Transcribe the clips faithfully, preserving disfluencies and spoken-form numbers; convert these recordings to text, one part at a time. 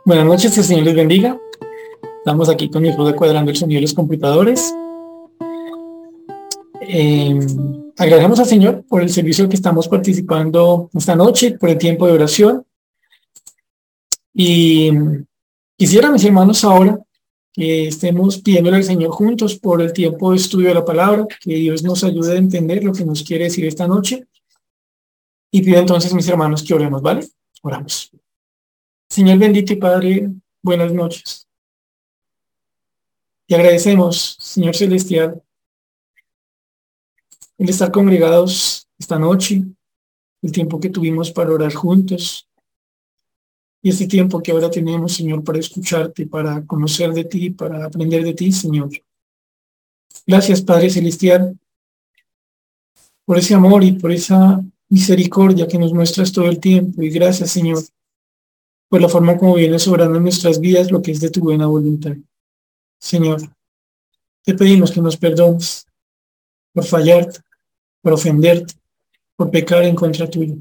Buenas noches, que el Señor les bendiga. Estamos aquí con mi esposa cuadrando el sonido de los computadores. Eh, agradecemos al Señor por el servicio que estamos participando esta noche, por el tiempo de oración. Y quisiera, mis hermanos, ahora que estemos pidiéndole al Señor juntos por el tiempo de estudio de la palabra, que Dios nos ayude a entender lo que nos quiere decir esta noche. Y pido entonces, mis hermanos, que oremos, ¿vale? Oramos. Señor bendito y Padre, buenas noches. Te agradecemos, Señor celestial, el estar congregados esta noche, el tiempo que tuvimos para orar juntos y este tiempo que ahora tenemos, Señor, para escucharte, para conocer de ti, para aprender de ti, Señor. Gracias, Padre celestial, por ese amor y por esa misericordia que nos muestras todo el tiempo. Y gracias, Señor, por la forma como vienes obrando en nuestras vidas lo que es de tu buena voluntad. Señor, te pedimos que nos perdones por fallarte, por ofenderte, por pecar en contra tuyo.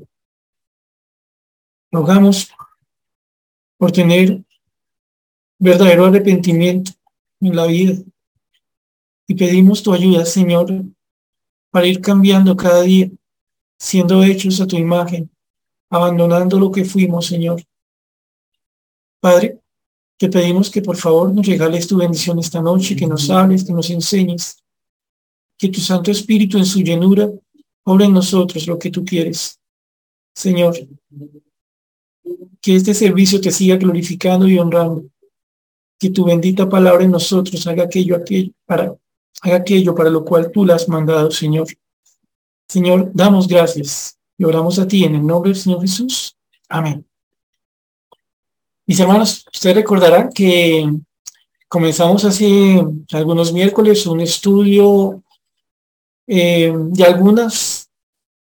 Rogamos por tener verdadero arrepentimiento en la vida y pedimos tu ayuda, Señor, para ir cambiando cada día, siendo hechos a tu imagen, abandonando lo que fuimos, Señor. Padre, te pedimos que por favor nos regales tu bendición esta noche, que nos hables, que nos enseñes, que tu Santo Espíritu en su llenura obre en nosotros lo que tú quieres. Señor, que este servicio te siga glorificando y honrando, que tu bendita palabra en nosotros haga aquello, aquello para, haga aquello para lo cual tú la has mandado, Señor. Señor, damos gracias y oramos a ti en el nombre del Señor Jesús. Amén. Mis hermanos, ustedes recordarán que comenzamos hace algunos miércoles un estudio eh, de algunas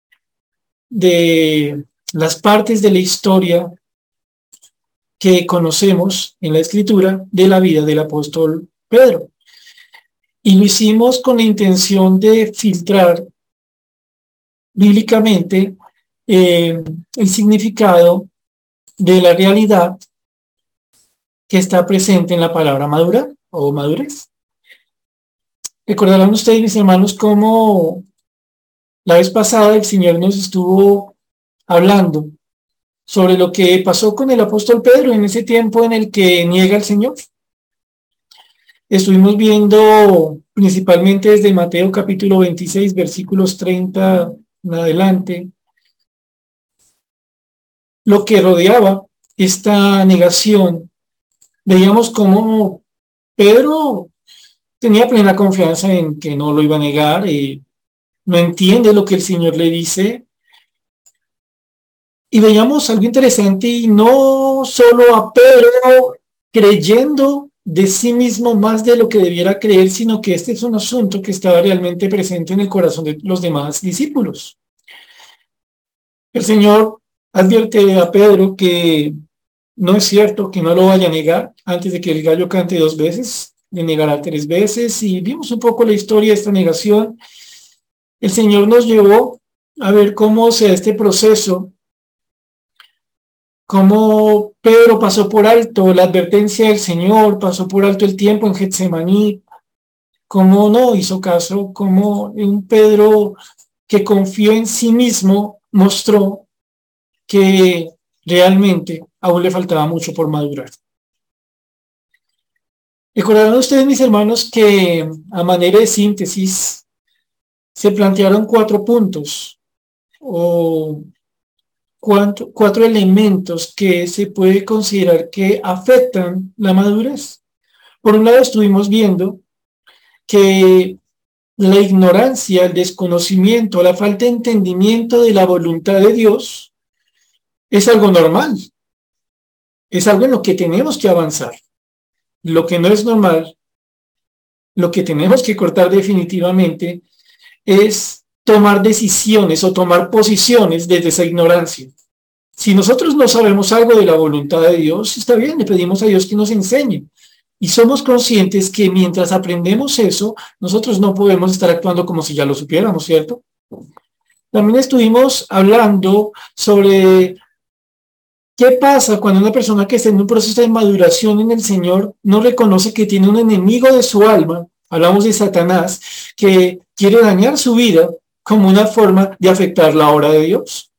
de las partes de la historia que conocemos en la Escritura de la vida del apóstol Pedro. Y lo hicimos con la intención de filtrar bíblicamente eh, el significado de la realidad que está presente en la palabra madura o madurez. Recordarán ustedes, mis hermanos, cómo la vez pasada el Señor nos estuvo hablando sobre lo que pasó con el apóstol Pedro en ese tiempo en el que niega al Señor. Estuvimos viendo principalmente desde Mateo capítulo veintiséis, versículos treinta en adelante, lo que rodeaba esta negación. Veíamos cómo Pedro tenía plena confianza en que no lo iba a negar y no entiende lo que el Señor le dice. Y veíamos algo interesante, y no solo a Pedro creyendo de sí mismo más de lo que debiera creer, sino que este es un asunto que estaba realmente presente en el corazón de los demás discípulos. El Señor advierte a Pedro que no es cierto que no lo vaya a negar antes de que el gallo cante dos veces, le negará tres veces, y vimos un poco la historia de esta negación. El Señor nos llevó a ver cómo se da este proceso, cómo Pedro pasó por alto la advertencia del Señor, pasó por alto el tiempo en Getsemaní, cómo no hizo caso, cómo un Pedro que confió en sí mismo mostró que realmente aún le faltaba mucho por madurar. Recordarán ustedes, mis hermanos, que a manera de síntesis se plantearon cuatro puntos o cuatro, cuatro elementos que se puede considerar que afectan la madurez. Por un lado, estuvimos viendo que la ignorancia, el desconocimiento, la falta de entendimiento de la voluntad de Dios es algo normal, es algo en lo que tenemos que avanzar. Lo que no es normal, lo que tenemos que cortar definitivamente, es tomar decisiones o tomar posiciones desde esa ignorancia. Si nosotros no sabemos algo de la voluntad de Dios, está bien, le pedimos a Dios que nos enseñe. Y somos conscientes que mientras aprendemos eso, nosotros no podemos estar actuando como si ya lo supiéramos, ¿cierto? También estuvimos hablando sobre ¿Qué pasa cuando una persona que está en un proceso de maduración en el Señor no reconoce que tiene un enemigo de su alma? Hablamos de Satanás, que quiere dañar su vida como una forma de afectar la obra de Dios.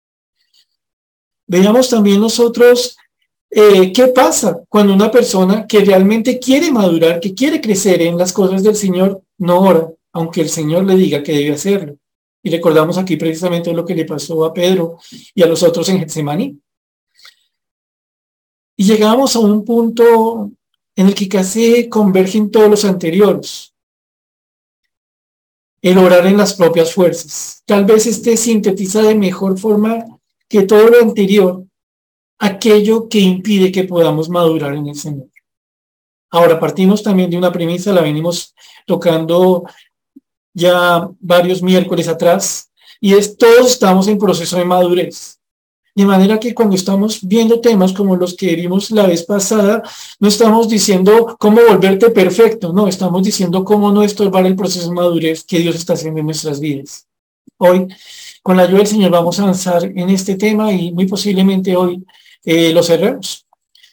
Veamos también nosotros eh, qué pasa cuando una persona que realmente quiere madurar, que quiere crecer en las cosas del Señor, no ora, aunque el Señor le diga que debe hacerlo. Y recordamos aquí precisamente lo que le pasó a Pedro y a los otros en Getsemaní. Y llegamos a un punto en el que casi convergen todos los anteriores. El orar en las propias fuerzas. Tal vez este sintetiza de mejor forma que todo lo anterior aquello que impide que podamos madurar en el Señor. Ahora, partimos también de una premisa, la venimos tocando ya varios miércoles atrás, y es todos estamos en proceso de madurez. De manera que cuando estamos viendo temas como los que vimos la vez pasada, no estamos diciendo cómo volverte perfecto, no, estamos diciendo cómo no estorbar el proceso de madurez que Dios está haciendo en nuestras vidas. Hoy, con la ayuda del Señor, vamos a avanzar en este tema y muy posiblemente hoy eh, lo cerremos.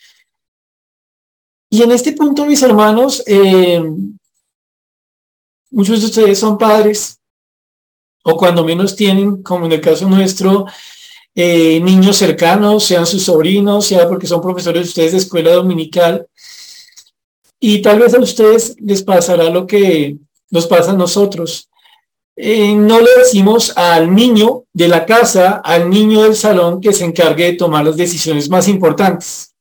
Y en este punto, mis hermanos, eh, muchos de ustedes son padres, o cuando menos tienen, como en el caso nuestro, Eh, niños cercanos, sean sus sobrinos, sea porque son profesores de ustedes de escuela dominical, y tal vez a ustedes les pasará lo que nos pasa a nosotros. Eh, no le decimos al niño de la casa, al niño del salón, que se encargue de tomar las decisiones más importantes.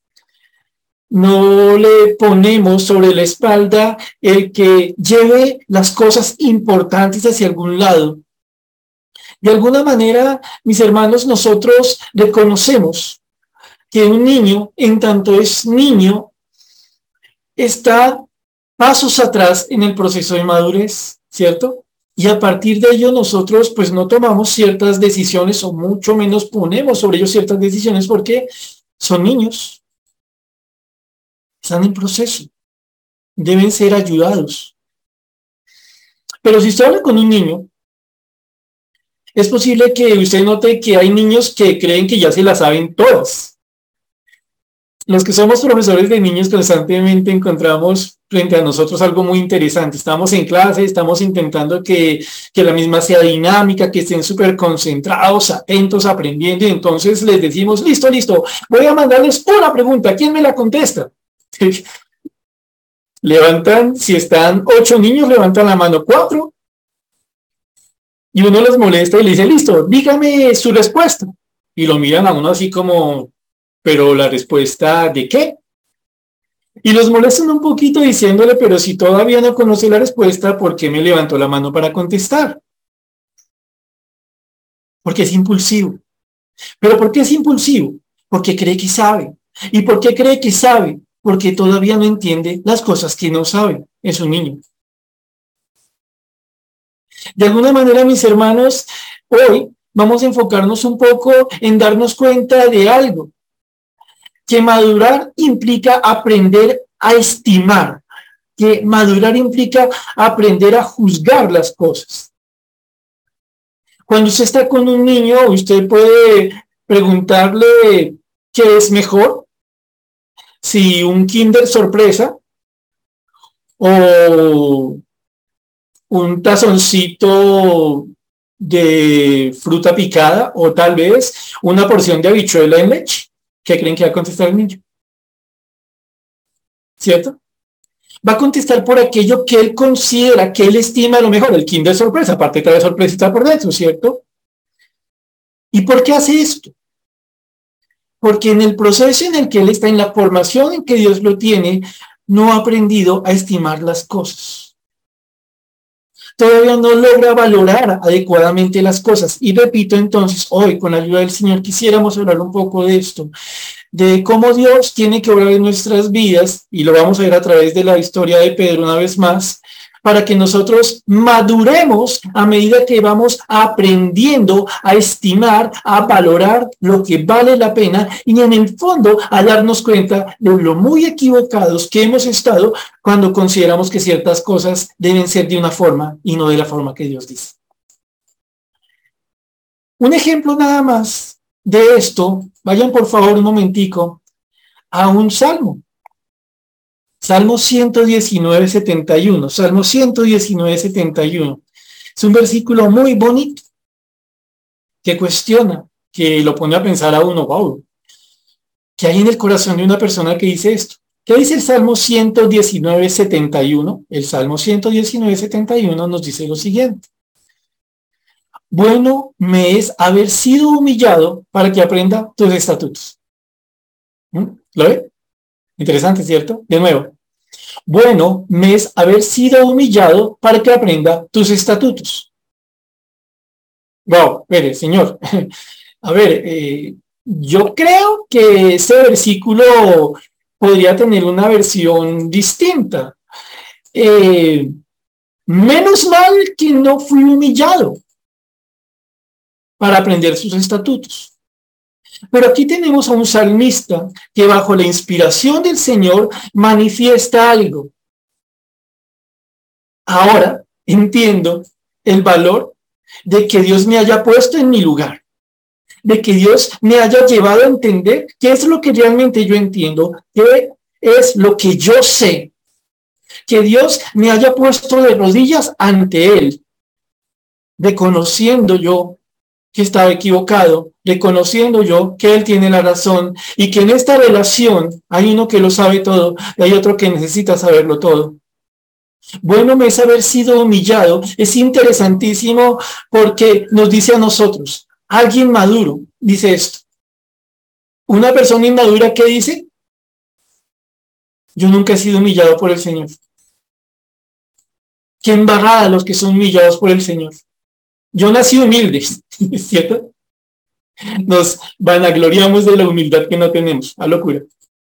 No le ponemos sobre la espalda el que lleve las cosas importantes hacia algún lado. De alguna manera, mis hermanos, nosotros reconocemos que un niño, en tanto es niño, está pasos atrás en el proceso de madurez, ¿cierto? Y a partir de ello nosotros pues no tomamos ciertas decisiones, o mucho menos ponemos sobre ellos ciertas decisiones, porque son niños, están en proceso, deben ser ayudados. Pero si usted habla con un niño, es posible que usted note que hay niños que creen que ya se las saben todas. Los que somos profesores de niños constantemente encontramos frente a nosotros algo muy interesante. Estamos en clase, estamos intentando que, que la misma sea dinámica, que estén súper concentrados, atentos, aprendiendo, y entonces les decimos, listo, listo, voy a mandarles una pregunta, ¿quién me la contesta? Levantan, si están ocho niños, levantan la mano cuatro, y uno les molesta y le dice, listo, dígame su respuesta. Y lo miran a uno así como, ¿pero la respuesta de qué? Y los molestan un poquito diciéndole, pero si todavía no conoce la respuesta, ¿por qué me levantó la mano para contestar? Porque es impulsivo. ¿Pero por qué es impulsivo? Porque cree que sabe. ¿Y por qué cree que sabe? Porque todavía no entiende las cosas que no sabe. Es un niño. De alguna manera, mis hermanos, hoy vamos a enfocarnos un poco en darnos cuenta de algo, que madurar implica aprender a estimar, que madurar implica aprender a juzgar las cosas. Cuando usted está con un niño, usted puede preguntarle qué es mejor, si un Kinder sorpresa o un tazoncito de fruta picada, o tal vez una porción de habichuela en leche. ¿Qué creen que va a contestar el niño? ¿Cierto? Va a contestar por aquello que él considera, que él estima a lo mejor. El Kinder sorpresa, aparte trae sorpresita por dentro, ¿cierto? ¿Y por qué hace esto? Porque en el proceso en el que él está, en la formación en que Dios lo tiene, no ha aprendido a estimar las cosas. Todavía no logra valorar adecuadamente las cosas. Y repito, entonces, hoy, con la ayuda del Señor, quisiéramos hablar un poco de esto, de cómo Dios tiene que obrar en nuestras vidas, y lo vamos a ver a través de la historia de Pedro una vez más, para que nosotros maduremos a medida que vamos aprendiendo a estimar, a valorar lo que vale la pena, y en el fondo a darnos cuenta de lo muy equivocados que hemos estado cuando consideramos que ciertas cosas deben ser de una forma y no de la forma que Dios dice. Un ejemplo nada más de esto, vayan por favor un momentico a un salmo. Salmo ciento diecinueve, setenta y uno. Salmo ciento diecinueve, setenta y uno. Es un versículo muy bonito que cuestiona, que lo pone a pensar a uno, wow, ¿qué hay en el corazón de una persona que dice esto? ¿Qué dice el Salmo ciento diecinueve, setenta y uno? El Salmo ciento diecinueve, setenta y uno nos dice lo siguiente. Bueno me es haber sido humillado para que aprenda tus estatutos. ¿Mm? ¿Lo ve? Interesante, ¿cierto? De nuevo. Bueno me es haber sido humillado para que aprenda tus estatutos. Wow, mire, señor. A ver, eh, yo creo que ese versículo podría tener una versión distinta. Eh, menos mal que no fui humillado para aprender sus estatutos. Pero aquí tenemos a un salmista que bajo la inspiración del Señor manifiesta algo. Ahora entiendo el valor de que Dios me haya puesto en mi lugar, de que Dios me haya llevado a entender qué es lo que realmente yo entiendo, qué es lo que yo sé, que Dios me haya puesto de rodillas ante Él, reconociendo yo que estaba equivocado, reconociendo yo que Él tiene la razón y que en esta relación hay uno que lo sabe todo y hay otro que necesita saberlo todo. Bueno me es haber sido humillado. Es interesantísimo porque nos dice a nosotros, alguien maduro dice esto. Una persona inmadura, ¿qué dice? Yo nunca he sido humillado por el Señor. Qué embarrada los que son humillados por el Señor. Yo nací humilde, ¿cierto? Nos vanagloriamos de la humildad que no tenemos. A locura.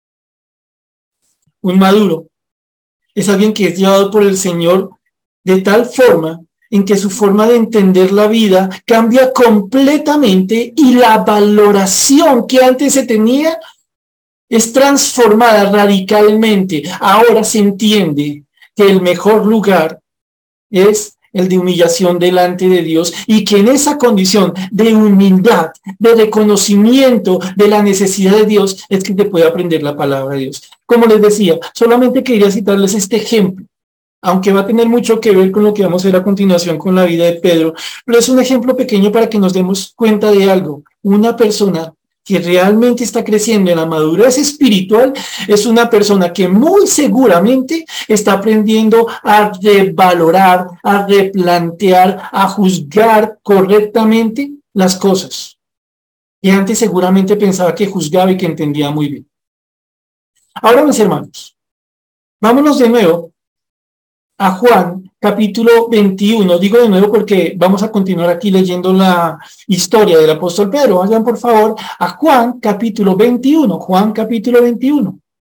Un maduro es alguien que es llevado por el Señor de tal forma en que su forma de entender la vida cambia completamente y la valoración que antes se tenía es transformada radicalmente. Ahora se entiende que el mejor lugar es el de humillación delante de Dios y que en esa condición de humildad, de reconocimiento de la necesidad de Dios es que te puede aprender la palabra de Dios. Como les decía, solamente quería citarles este ejemplo, aunque va a tener mucho que ver con lo que vamos a ver a continuación con la vida de Pedro, pero es un ejemplo pequeño para que nos demos cuenta de algo. Una persona que realmente está creciendo en la madurez espiritual es una persona que muy seguramente está aprendiendo a revalorar, a replantear, a juzgar correctamente las cosas. Y antes seguramente pensaba que juzgaba y que entendía muy bien. Ahora, mis hermanos, vámonos de nuevo a Juan, capítulo veintiuno. Digo de nuevo porque vamos a continuar aquí leyendo la historia del apóstol Pedro. Vayan por favor a Juan, capítulo veintiuno. Juan, capítulo veintiuno.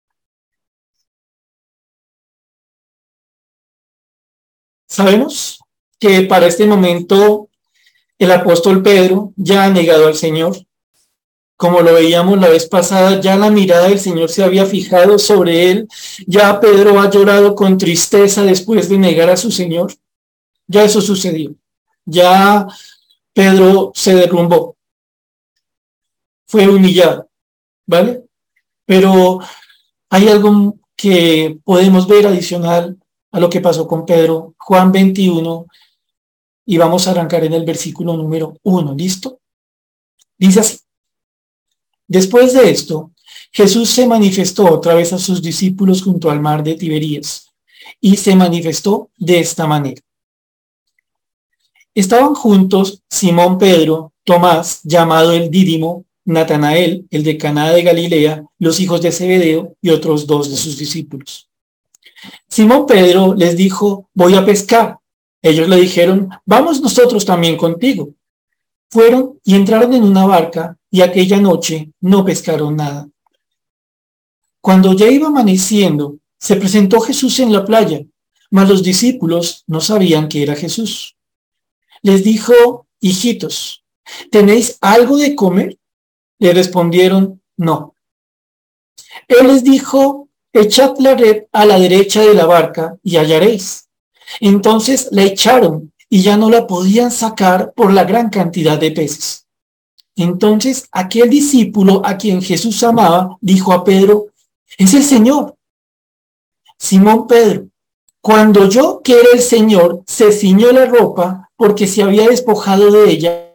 Sabemos que para este momento el apóstol Pedro ya ha negado al Señor. Como lo veíamos la vez pasada, ya la mirada del Señor se había fijado sobre él. Ya Pedro ha llorado con tristeza después de negar a su Señor. Ya eso sucedió. Ya Pedro se derrumbó. Fue humillado, ¿vale? Pero hay algo que podemos ver adicional a lo que pasó con Pedro. Juan veintiuno, y vamos a arrancar en el versículo número uno. ¿Listo? Dice así. Después de esto, Jesús se manifestó otra vez a sus discípulos junto al mar de Tiberías, y se manifestó de esta manera. Estaban juntos Simón Pedro, Tomás, llamado el Dídimo, Natanael, el de Caná de Galilea, los hijos de Zebedeo y otros dos de sus discípulos. Simón Pedro les dijo, voy a pescar. Ellos le dijeron, vamos nosotros también contigo. Fueron y entraron en una barca y aquella noche no pescaron nada. Cuando ya iba amaneciendo, se presentó Jesús en la playa, mas los discípulos no sabían que era Jesús. Les dijo, hijitos, ¿tenéis algo de comer? Le respondieron, no. Él les dijo, echad la red a la derecha de la barca y hallaréis. Entonces la echaron y ya no la podían sacar por la gran cantidad de peces. Entonces aquel discípulo a quien Jesús amaba dijo a Pedro: es el Señor. Simón Pedro, cuando oyó que era el Señor, se ciñó la ropa porque se había despojado de ella.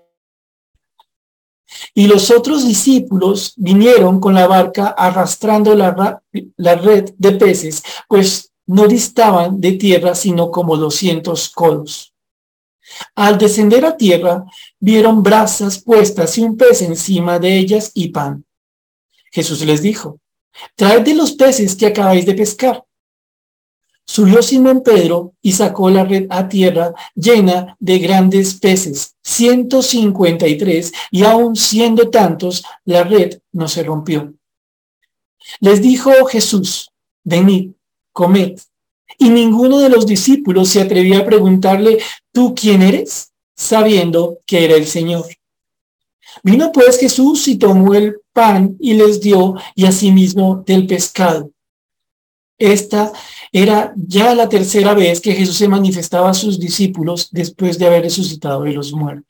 Y los otros discípulos vinieron con la barca arrastrando la, la red de peces, pues no distaban de tierra sino como doscientos codos. Al descender a tierra, vieron brasas puestas y un pez encima de ellas y pan. Jesús les dijo: traed de los peces que acabáis de pescar. Subió Simón Pedro y sacó la red a tierra llena de grandes peces, ciento cincuenta y tres, y aun siendo tantos, la red no se rompió. Les dijo Jesús: venid, comed. Y ninguno de los discípulos se atrevía a preguntarle: ¿tú quién eres?, sabiendo que era el Señor. Vino pues Jesús y tomó el pan y les dio, y asimismo del pescado. Esta era ya la tercera vez que Jesús se manifestaba a sus discípulos después de haber resucitado de los muertos.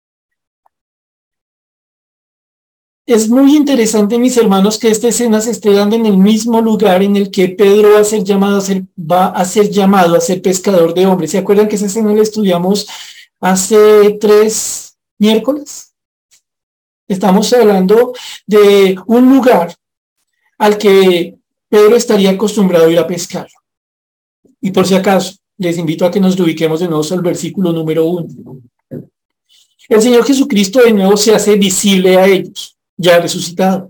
Es muy interesante, mis hermanos, que esta escena se esté dando en el mismo lugar en el que Pedro va a ser llamado a ser, va a ser llamado a ser pescador de hombres. ¿Se acuerdan que esa escena la estudiamos hace tres miércoles? Estamos hablando de un lugar al que Pedro estaría acostumbrado a ir a pescar. Y por si acaso, les invito a que nos ubiquemos de nuevo al versículo número uno. El Señor Jesucristo de nuevo se hace visible a ellos, ya resucitado.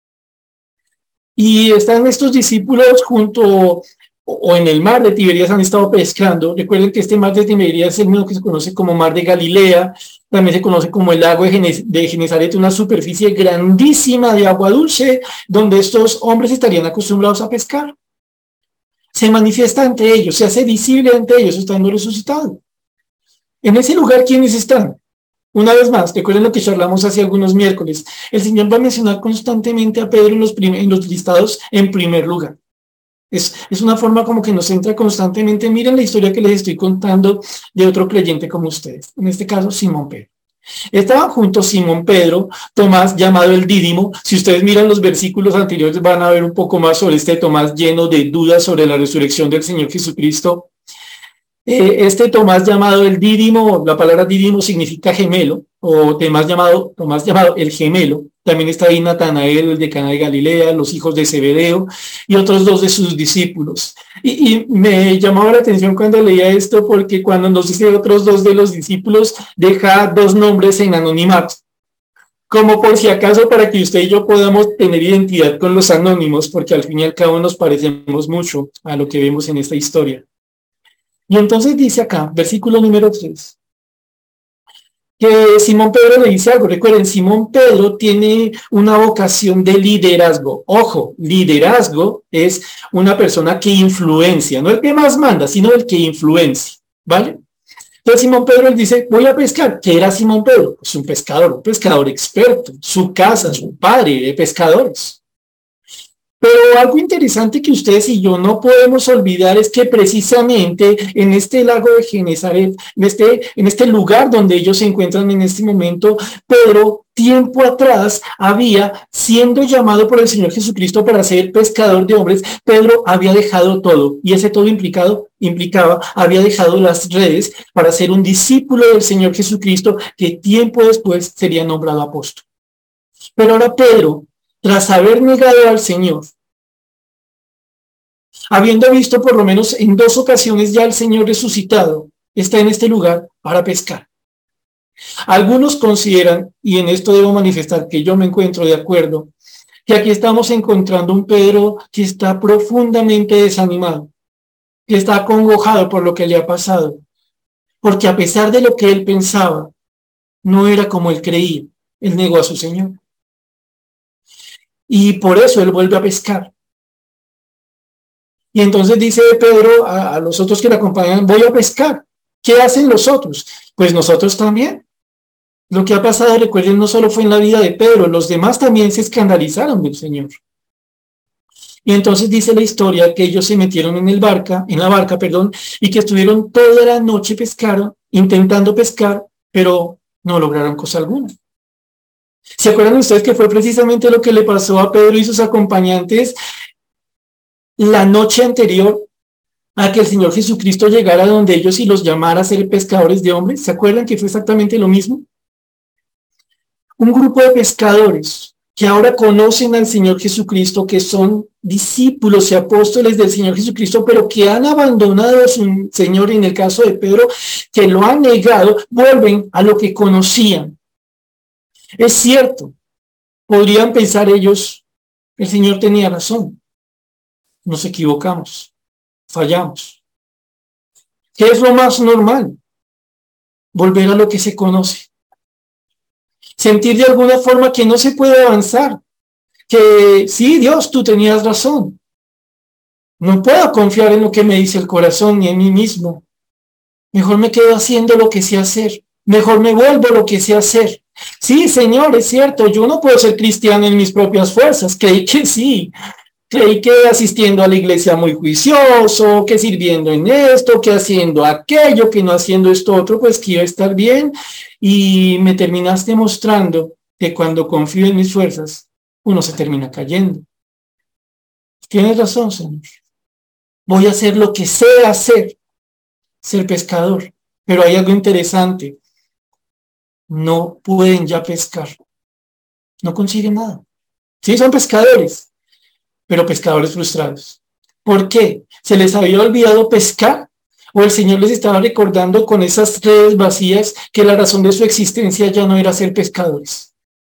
Y están estos discípulos junto o en el mar de Tiberias, han estado pescando. Recuerden que este mar de Tiberias es el mismo que se conoce como mar de Galilea, también se conoce como el lago de Genesaret, una superficie grandísima de agua dulce, donde estos hombres estarían acostumbrados a pescar. Se manifiesta ante ellos, se hace visible ante ellos, estando resucitado. En ese lugar, ¿quiénes están? Una vez más, recuerden lo que charlamos hace algunos miércoles. El Señor va a mencionar constantemente a Pedro en los, en los listados en primer lugar. Es, es una forma como que nos centra constantemente. Miren la historia que les estoy contando de otro creyente como ustedes. En este caso, Simón Pedro. Estaban juntos Simón Pedro, Tomás, llamado el Dídimo. Si ustedes miran los versículos anteriores, van a ver un poco más sobre este Tomás lleno de dudas sobre la resurrección del Señor Jesucristo. Eh, este Tomás llamado el Dídimo, la palabra Dídimo significa gemelo, o Tomás llamado, Tomás llamado el gemelo. También está ahí Natanael, el de Cana de Galilea, los hijos de Zebedeo y otros dos de sus discípulos. Y, y me llamaba la atención cuando leía esto, porque cuando nos dice otros dos de los discípulos, deja dos nombres en anonimato, como por si acaso para que usted y yo podamos tener identidad con los anónimos, porque al fin y al cabo nos parecemos mucho a lo que vemos en esta historia. Y entonces dice acá, versículo número tres, que Simón Pedro le dice algo. Recuerden, Simón Pedro tiene una vocación de liderazgo. Ojo, liderazgo es una persona que influencia, no el que más manda, sino el que influencia, ¿vale? Entonces Simón Pedro le dice: voy a pescar. ¿Qué era Simón Pedro? Pues un pescador, un pescador experto. Su casa, su padre de pescadores. Pero algo interesante que ustedes y yo no podemos olvidar es que precisamente en este lago de Genesaret, en este, en este lugar donde ellos se encuentran en este momento, Pedro, tiempo atrás, había, siendo llamado por el Señor Jesucristo para ser pescador de hombres, Pedro había dejado todo, y ese todo implicado, implicaba, había dejado las redes para ser un discípulo del Señor Jesucristo, que tiempo después sería nombrado apóstol. Pero ahora Pedro, tras haber negado al Señor, habiendo visto por lo menos en dos ocasiones ya al Señor resucitado, está en este lugar para pescar. Algunos consideran, y en esto debo manifestar que yo me encuentro de acuerdo, que aquí estamos encontrando un Pedro que está profundamente desanimado, que está acongojado por lo que le ha pasado, porque a pesar de lo que él pensaba, no era como él creía. Él negó a su Señor. Y por eso él vuelve a pescar. Y entonces dice Pedro a, a los otros que le acompañan: voy a pescar. ¿Qué hacen los otros? Pues nosotros también. Lo que ha pasado, recuerden, no solo fue en la vida de Pedro, los demás también se escandalizaron del Señor. Y entonces dice la historia que ellos se metieron en el barca, en la barca, perdón, y que estuvieron toda la noche pescaron, intentando pescar, pero no lograron cosa alguna. ¿Se acuerdan ustedes que fue precisamente lo que le pasó a Pedro y sus acompañantes la noche anterior a que el Señor Jesucristo llegara donde ellos y los llamara a ser pescadores de hombres? ¿Se acuerdan que fue exactamente lo mismo? Un grupo de pescadores que ahora conocen al Señor Jesucristo, que son discípulos y apóstoles del Señor Jesucristo, pero que han abandonado a su Señor, en el caso de Pedro, que lo han negado, vuelven a lo que conocían. Es cierto, podrían pensar ellos, el Señor tenía razón, nos equivocamos, fallamos. ¿Qué es lo más normal? Volver a lo que se conoce. Sentir de alguna forma que no se puede avanzar, que sí, Dios, tú tenías razón. No puedo confiar en lo que me dice el corazón ni en mí mismo. Mejor me quedo haciendo lo que sé hacer. Mejor me vuelvo lo que sé hacer. Sí, Señor, es cierto, yo no puedo ser cristiano en mis propias fuerzas. Creí que sí. Creí que asistiendo a la iglesia muy juicioso, que sirviendo en esto, que haciendo aquello, que no haciendo esto otro, pues que iba a estar bien. Y me terminaste mostrando que cuando confío en mis fuerzas, uno se termina cayendo. Tienes razón, Señor. Voy a hacer lo que sé hacer, ser pescador. Pero hay algo interesante. No pueden ya pescar. No consiguen nada. Sí, son pescadores, pero pescadores frustrados. ¿Por qué? ¿Se les había olvidado pescar? ¿O el Señor les estaba recordando con esas redes vacías que la razón de su existencia ya no era ser pescadores?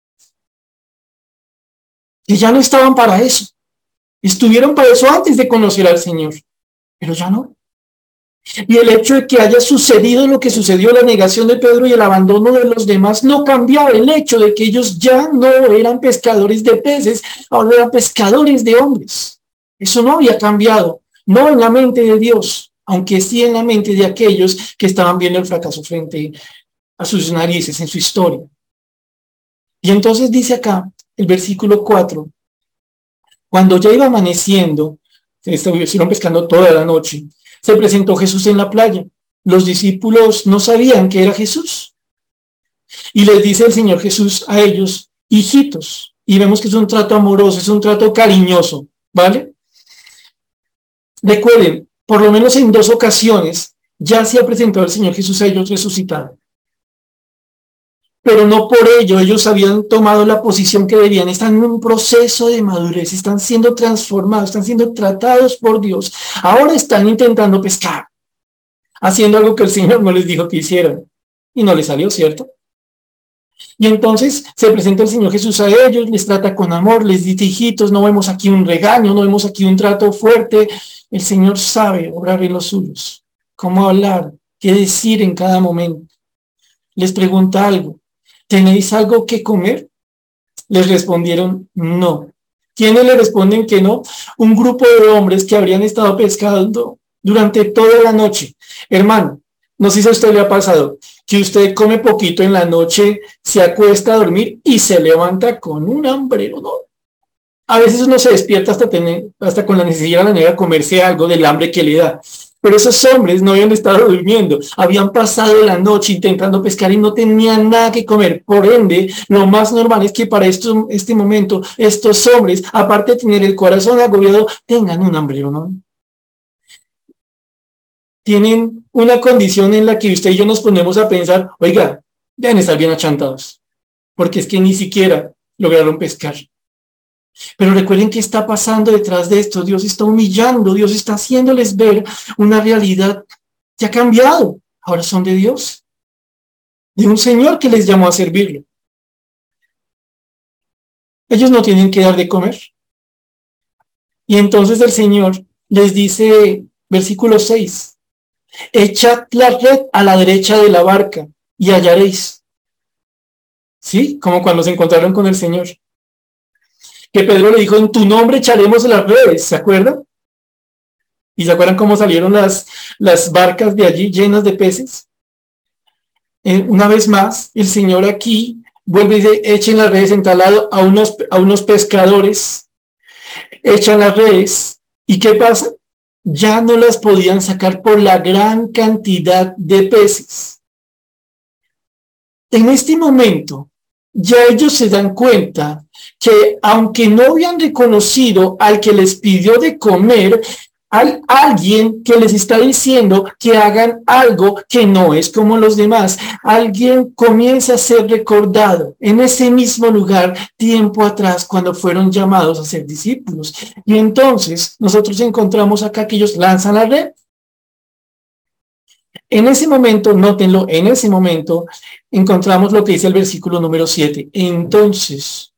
Que ya no estaban para eso. Estuvieron para eso antes de conocer al Señor, pero ya no. Y el hecho de que haya sucedido lo que sucedió, la negación de Pedro y el abandono de los demás, no cambiaba el hecho de que ellos ya no eran pescadores de peces, ahora eran pescadores de hombres. Eso no había cambiado, no en la mente de Dios, aunque sí en la mente de aquellos que estaban viendo el fracaso frente a sus narices en su historia. Y entonces dice acá, el versículo cuatro, cuando ya iba amaneciendo, se estuvieron pescando toda la noche, se presentó Jesús en la playa. Los discípulos no sabían que era Jesús. Y les dice el Señor Jesús a ellos, hijitos. Y vemos que es un trato amoroso, es un trato cariñoso, ¿vale? Recuerden, por lo menos en dos ocasiones ya se ha presentado el Señor Jesús a ellos resucitado. Pero no por ello ellos habían tomado la posición que debían. Están en un proceso de madurez, están siendo transformados, están siendo tratados por Dios. Ahora están intentando pescar, haciendo algo que el Señor no les dijo que hicieran. Y no les salió, ¿cierto? Y entonces se presenta el Señor Jesús a ellos, les trata con amor, les dice, hijitos, no vemos aquí un regaño, no vemos aquí un trato fuerte. El Señor sabe obrar en los suyos, cómo hablar, qué decir en cada momento. Les pregunta algo. ¿Tenéis algo que comer? Les respondieron no. ¿Quiénes le responden que no? Un grupo de hombres que habrían estado pescando durante toda la noche. Hermano, no sé si a usted le ha pasado que usted come poquito en la noche, se acuesta a dormir y se levanta con un hambre, ¿no? A veces uno se despierta hasta, tener, hasta con la necesidad de la negra comerse algo del hambre que le da. Pero esos hombres no habían estado durmiendo, habían pasado la noche intentando pescar y no tenían nada que comer. Por ende, lo más normal es que para esto, este momento, estos hombres, aparte de tener el corazón agobiado, tengan un hambre, ¿no? Tienen una condición en la que usted y yo nos ponemos a pensar, oiga, deben estar bien achantados, porque es que ni siquiera lograron pescar. Pero recuerden qué está pasando detrás de esto. Dios está humillando, Dios está haciéndoles ver una realidad que ha cambiado. Ahora son de Dios, de un Señor que les llamó a servirlo. Ellos no tienen que dar de comer. Y entonces el Señor les dice, versículo seis, echad la red a la derecha de la barca y hallaréis. ¿Sí? Como cuando se encontraron con el Señor. Que Pedro le dijo, en tu nombre echaremos las redes, ¿se acuerdan? ¿Y se acuerdan cómo salieron las, las barcas de allí llenas de peces? Eh, una vez más, el Señor aquí vuelve y dice, echen las redes en tal lado a unos, a unos pescadores, echan las redes, ¿y qué pasa? Ya no las podían sacar por la gran cantidad de peces. En este momento, ya ellos se dan cuenta que aunque no habían reconocido al que les pidió de comer, hay alguien que les está diciendo que hagan algo que no es como los demás. Alguien comienza a ser recordado en ese mismo lugar tiempo atrás cuando fueron llamados a ser discípulos. Y entonces nosotros encontramos acá que ellos lanzan la red. En ese momento, nótenlo, en ese momento encontramos lo que dice el versículo número siete. Entonces,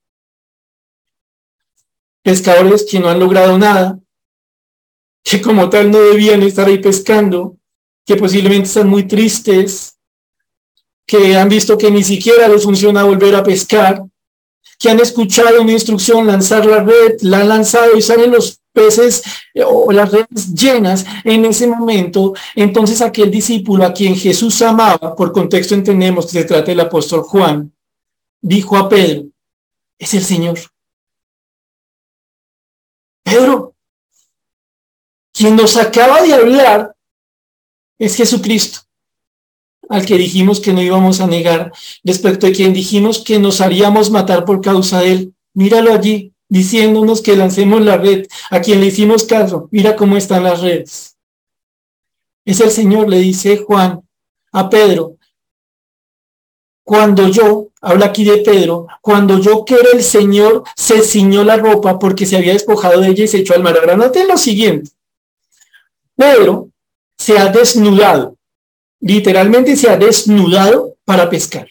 pescadores que no han logrado nada, que como tal no debían estar ahí pescando, que posiblemente están muy tristes, que han visto que ni siquiera les funciona volver a pescar, que han escuchado una instrucción, lanzar la red, la han lanzado y salen los peces eh, o las redes llenas en ese momento. Entonces aquel discípulo a quien Jesús amaba, por contexto entendemos que se trata del apóstol Juan, dijo a Pedro, es el Señor. Pedro, quien nos acaba de hablar es Jesucristo, al que dijimos que no íbamos a negar, respecto de quien dijimos que nos haríamos matar por causa de él. Míralo allí, diciéndonos que lancemos la red, a quien le hicimos caso. Mira cómo están las redes. Es el Señor, le dice Juan a Pedro. Cuando yo, habla aquí de Pedro, cuando yo que era el Señor, se ciñó la ropa porque se había despojado de ella y se echó al mar. Ahora noten lo siguiente. Pedro se ha desnudado, literalmente se ha desnudado para pescar.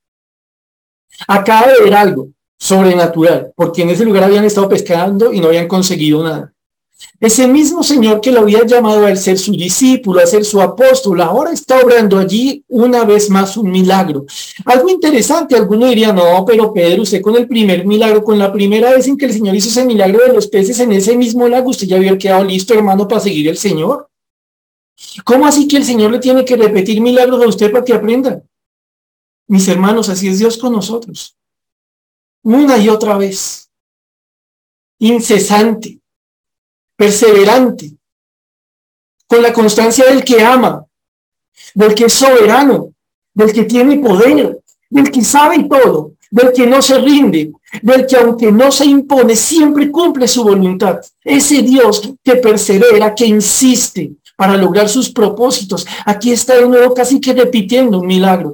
Acaba de ver algo sobrenatural, porque en ese lugar habían estado pescando y no habían conseguido nada. Ese mismo Señor que lo había llamado a ser su discípulo, a ser su apóstol, ahora está obrando allí una vez más un milagro. Algo interesante, alguno diría, no, pero Pedro, usted con el primer milagro, con la primera vez en que el Señor hizo ese milagro de los peces en ese mismo lago, usted ya había quedado listo, hermano, para seguir el Señor. ¿Cómo así que el Señor le tiene que repetir milagros a usted para que aprenda? Mis hermanos, así es Dios con nosotros. Una y otra vez. Incesante. Perseverante. Con la constancia del que ama. Del que es soberano. Del que tiene poder. Del que sabe todo. Del que no se rinde. Del que aunque no se impone, siempre cumple su voluntad. Ese Dios que persevera, que insiste para lograr sus propósitos. Aquí está de nuevo casi que repitiendo un milagro.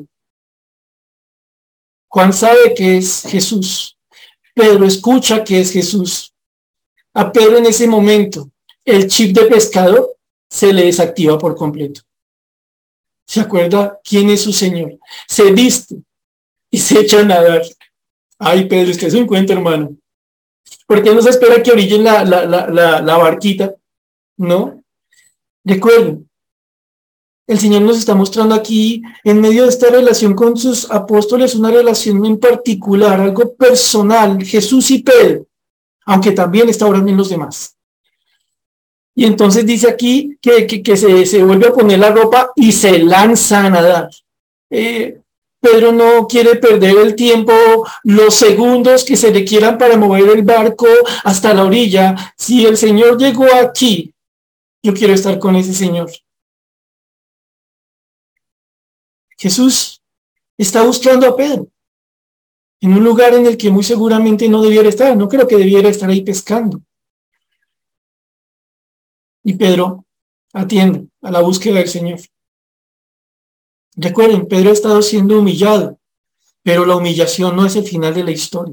Juan sabe que es Jesús. Pedro escucha que es Jesús. A Pedro en ese momento, el chip de pescador se le desactiva por completo. ¿Se acuerda quién es su Señor? Se viste y se echa a nadar. Ay, Pedro, usted es un cuento, hermano. ¿Por qué no se espera que orillen la, la, la, la, la barquita? ¿No? Recuerden, el Señor nos está mostrando aquí, en medio de esta relación con sus apóstoles, una relación en particular, algo personal, Jesús y Pedro, aunque también está orando en los demás. Y entonces dice aquí que, que, que se, se vuelve a poner la ropa y se lanza a nadar. Eh, Pedro no quiere perder el tiempo, los segundos que se le quieran para mover el barco hasta la orilla. Si el Señor llegó aquí, yo quiero estar con ese Señor. Jesús está buscando a Pedro en un lugar en el que muy seguramente no debiera estar. No creo que debiera estar ahí pescando. Y Pedro atiende a la búsqueda del Señor. Recuerden, Pedro ha estado siendo humillado, pero la humillación no es el final de la historia.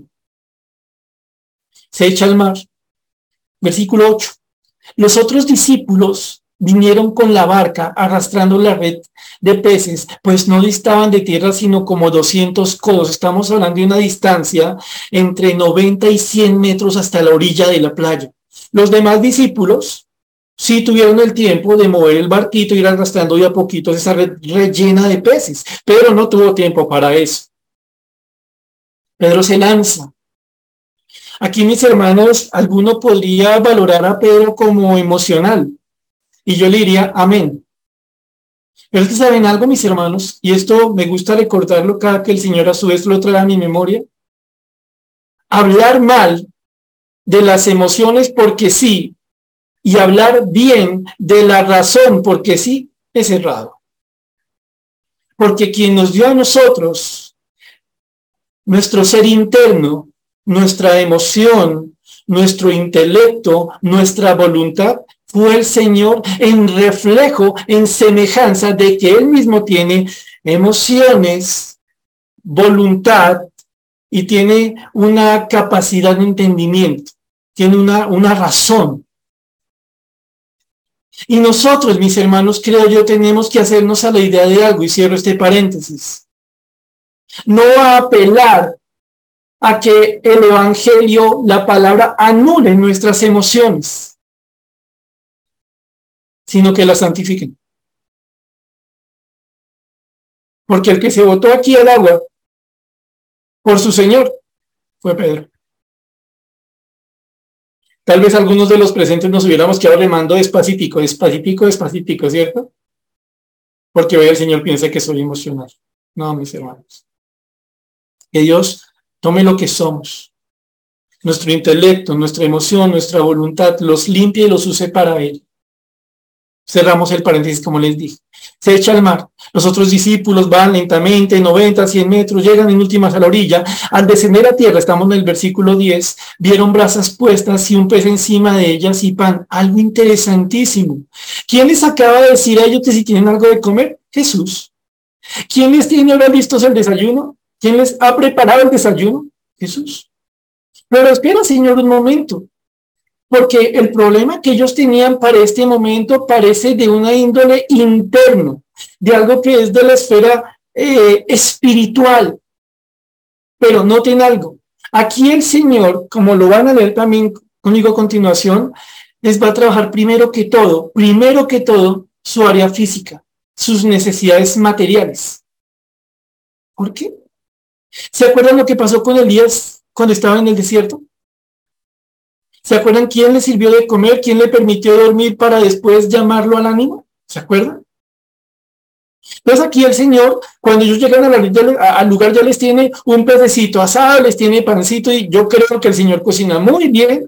Se echa al mar. Versículo ocho. Los otros discípulos vinieron con la barca arrastrando la red de peces, pues no distaban de tierra sino como doscientos codos. Estamos hablando de una distancia entre noventa y cien metros hasta la orilla de la playa. Los demás discípulos sí tuvieron el tiempo de mover el barquito, ir arrastrando de a poquito esa red rellena de peces, pero no tuvo tiempo para eso. Pedro se lanza. Aquí, mis hermanos, alguno podría valorar a Pedro como emocional, y yo le diría amén. Pero ustedes saben algo, mis hermanos, y esto me gusta recordarlo cada que el Señor a su vez lo trae a mi memoria. Hablar mal de las emociones porque sí, y hablar bien de la razón porque sí, es errado. Porque quien nos dio a nosotros nuestro ser interno, nuestra emoción, nuestro intelecto, nuestra voluntad, fue el Señor en reflejo, en semejanza de que Él mismo tiene emociones, voluntad y tiene una capacidad de entendimiento, tiene una, una razón. Y nosotros, mis hermanos, creo yo, tenemos que hacernos a la idea de algo, y cierro este paréntesis. No a apelar a que el evangelio, la palabra, anule nuestras emociones, sino que las santifiquen. Porque el que se botó aquí al agua por su Señor fue Pedro. Tal vez algunos de los presentes nos hubiéramos quedado remando despacitico, despacitico, despacitico, ¿cierto? Porque hoy el Señor piensa que soy emocional. No, mis hermanos. Que Dios tome lo que somos, nuestro intelecto, nuestra emoción, nuestra voluntad, los limpie y los use para Él. Cerramos el paréntesis, como les dije. Se echa al mar. Los otros discípulos van lentamente, noventa, cien metros, llegan en últimas a la orilla. Al descender a tierra, estamos en el versículo diez, vieron brasas puestas y un pez encima de ellas y pan. Algo interesantísimo. ¿Quién les acaba de decir a ellos que si tienen algo de comer? Jesús. ¿Quién les tiene ahora listos el desayuno? ¿Quién les ha preparado el desayuno? Jesús. Pero espera, Señor, un momento. Porque el problema que ellos tenían para este momento parece de una índole interno, de algo que es de la esfera eh, espiritual. Pero noten algo. Aquí el Señor, como lo van a leer también conmigo a continuación, les va a trabajar primero que todo, primero que todo, su área física, sus necesidades materiales. ¿Por qué? ¿Se acuerdan lo que pasó con Elías cuando estaba en el desierto? ¿Se acuerdan quién le sirvió de comer? ¿Quién le permitió dormir para después llamarlo al ánimo? ¿Se acuerdan? Entonces aquí el Señor, cuando ellos llegan a la, a, al lugar, ya les tiene un pececito asado, les tiene pancito, y yo creo que el Señor cocina muy bien.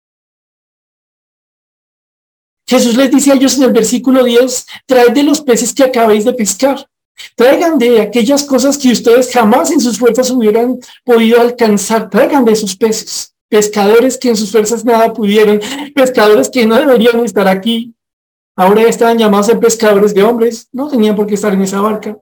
Jesús les dice a ellos en el versículo diez, traed de los peces que acabáis de pescar. Traigan de aquellas cosas que ustedes jamás en sus fuerzas hubieran podido alcanzar. Traigan de esos peces. Pescadores que en sus fuerzas nada pudieron, pescadores que no deberían estar aquí, ahora estaban llamados a ser pescadores de hombres, no tenían por qué estar en esa barca.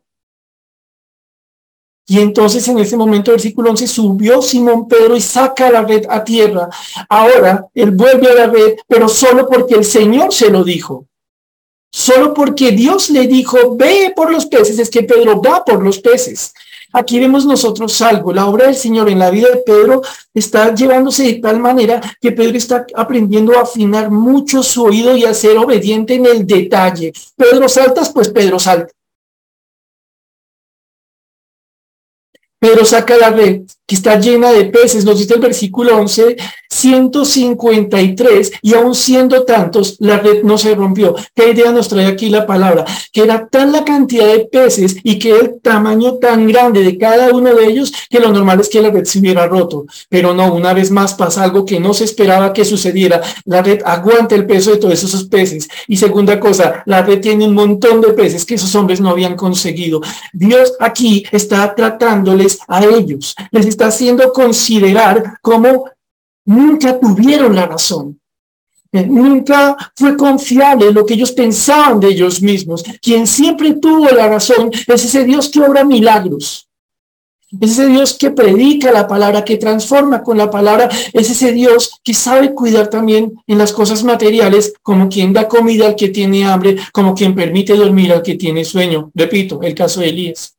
Y entonces en ese momento, versículo once, subió Simón Pedro y saca la red a tierra. Ahora él vuelve a la red, pero solo porque el Señor se lo dijo. Solo porque Dios le dijo, ve por los peces, es que Pedro va por los peces. Aquí vemos nosotros algo. La obra del Señor en la vida de Pedro está llevándose de tal manera que Pedro está aprendiendo a afinar mucho su oído y a ser obediente en el detalle. Pedro saltas, pues Pedro salta. Pedro saca la red, que está llena de peces, nos dice el versículo once, ciento cincuenta y tres, y aún siendo tantos, la red no se rompió. ¿Qué idea nos trae aquí la palabra? Que era tan la cantidad de peces y que el tamaño tan grande de cada uno de ellos, que lo normal es que la red se hubiera roto. Pero no, una vez más pasa algo que no se esperaba que sucediera. La red aguanta el peso de todos esos peces. Y segunda cosa, la red tiene un montón de peces que esos hombres no habían conseguido. Dios aquí está tratándoles a ellos, les está haciendo considerar cómo nunca tuvieron la razón, eh, nunca fue confiable lo que ellos pensaban de ellos mismos. Quien siempre tuvo la razón es ese Dios que obra milagros, es ese Dios que predica la palabra, que transforma con la palabra, es ese Dios que sabe cuidar también en las cosas materiales, como quien da comida al que tiene hambre, como quien permite dormir al que tiene sueño. Repito, el caso de Elías.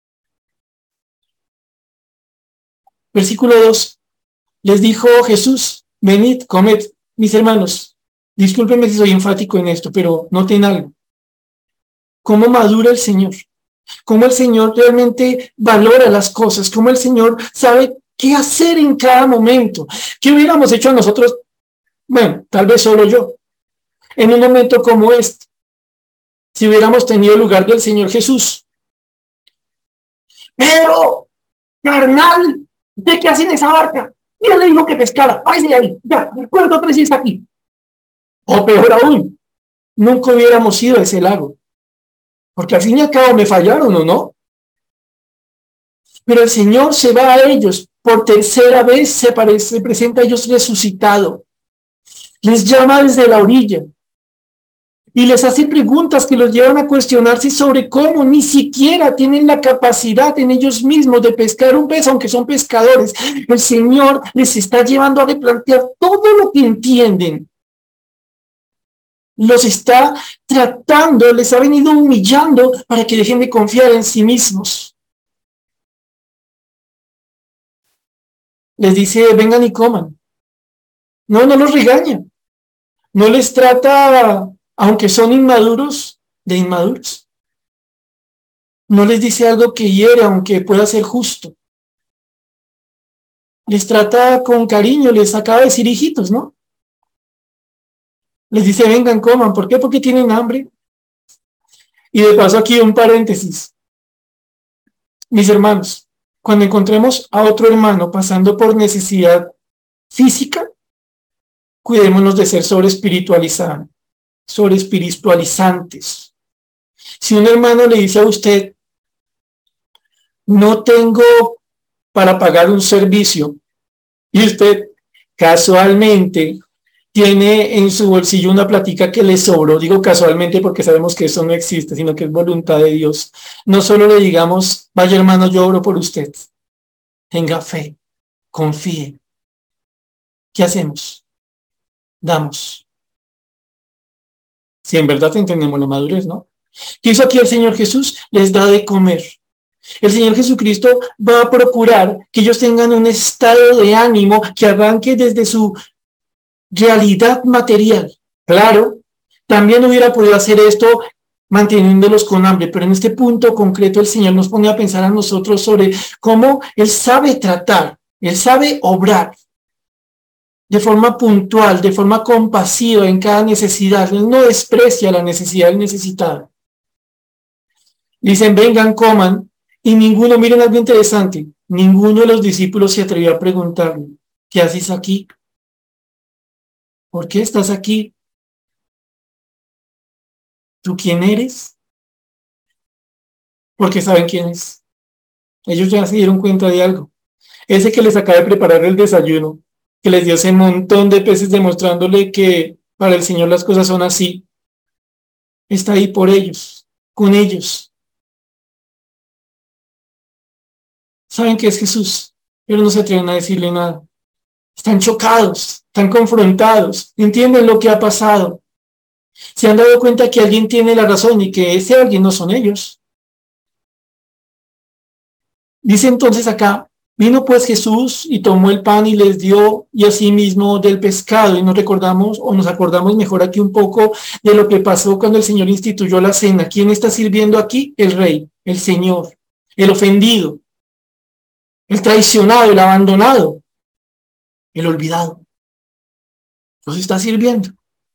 Versículo dos, les dijo Jesús, venid, comed, mis hermanos. Discúlpenme si soy enfático en esto, pero noten algo. Cómo madura el Señor, cómo el Señor realmente valora las cosas, cómo el Señor sabe qué hacer en cada momento. ¿Qué hubiéramos hecho nosotros? Bueno, tal vez solo yo, en un momento como este, si hubiéramos tenido el lugar del Señor Jesús. Pero, carnal, ¿de qué hacen esa barca? Y él le dijo que pescara. ¡Ay, de ahí! Ya, recuerdo tres aquí. O peor aún, nunca hubiéramos ido a ese lago. Porque al fin y al cabo me fallaron, ¿o no? Pero el Señor se va a ellos. Por tercera vez se, parece, se presenta a ellos resucitado. Les llama desde la orilla. Y les hace preguntas que los llevan a cuestionarse sobre cómo ni siquiera tienen la capacidad en ellos mismos de pescar un pez, aunque son pescadores. El Señor les está llevando a replantear todo lo que entienden. Los está tratando, les ha venido humillando para que dejen de confiar en sí mismos. Les dice, vengan y coman. No, no los regaña. No les trata, aunque son inmaduros, de inmaduros. No les dice algo que hiere, aunque pueda ser justo. Les trata con cariño, les acaba de decir hijitos, ¿no? Les dice, vengan, coman. ¿Por qué? Porque tienen hambre. Y de paso aquí un paréntesis. Mis hermanos, cuando encontremos a otro hermano pasando por necesidad física, cuidémonos de ser sobreespiritualizados, sobreespiritualizantes. Si un hermano le dice a usted, no tengo para pagar un servicio, y usted casualmente tiene en su bolsillo una platica que le sobró, digo casualmente porque sabemos que eso no existe, sino que es voluntad de Dios, no solo le digamos, vaya hermano, yo oro por usted, tenga fe, confíe. ¿Qué hacemos? Damos. Si en verdad entendemos la madurez, ¿no? ¿Qué hizo aquí el Señor Jesús? Les da de comer. El Señor Jesucristo va a procurar que ellos tengan un estado de ánimo que arranque desde su realidad material. Claro, también hubiera podido hacer esto manteniéndolos con hambre, pero en este punto concreto el Señor nos pone a pensar a nosotros sobre cómo Él sabe tratar, Él sabe obrar de forma puntual, de forma compasiva en cada necesidad. Él no desprecia la necesidad del necesitado. Dicen, vengan, coman, y ninguno, miren algo interesante, ninguno de los discípulos se atrevió a preguntarle, ¿qué haces aquí? ¿Por qué estás aquí? ¿Tú quién eres? Porque saben quién es. Ellos ya se dieron cuenta de algo. Ese que les acaba de preparar el desayuno, que les dio ese montón de peces demostrándole que para el Señor las cosas son así, está ahí por ellos, con ellos. Saben que es Jesús, pero no se atreven a decirle nada. Están chocados, están confrontados, entienden lo que ha pasado. Se han dado cuenta que alguien tiene la razón y que ese alguien no son ellos. Dice entonces acá, vino pues Jesús y tomó el pan y les dio, y asimismo del pescado. Y nos recordamos o nos acordamos mejor aquí un poco de lo que pasó cuando el Señor instituyó la cena. ¿Quién está sirviendo aquí? El Rey, el Señor, el ofendido, el traicionado, el abandonado, el olvidado. Los está sirviendo.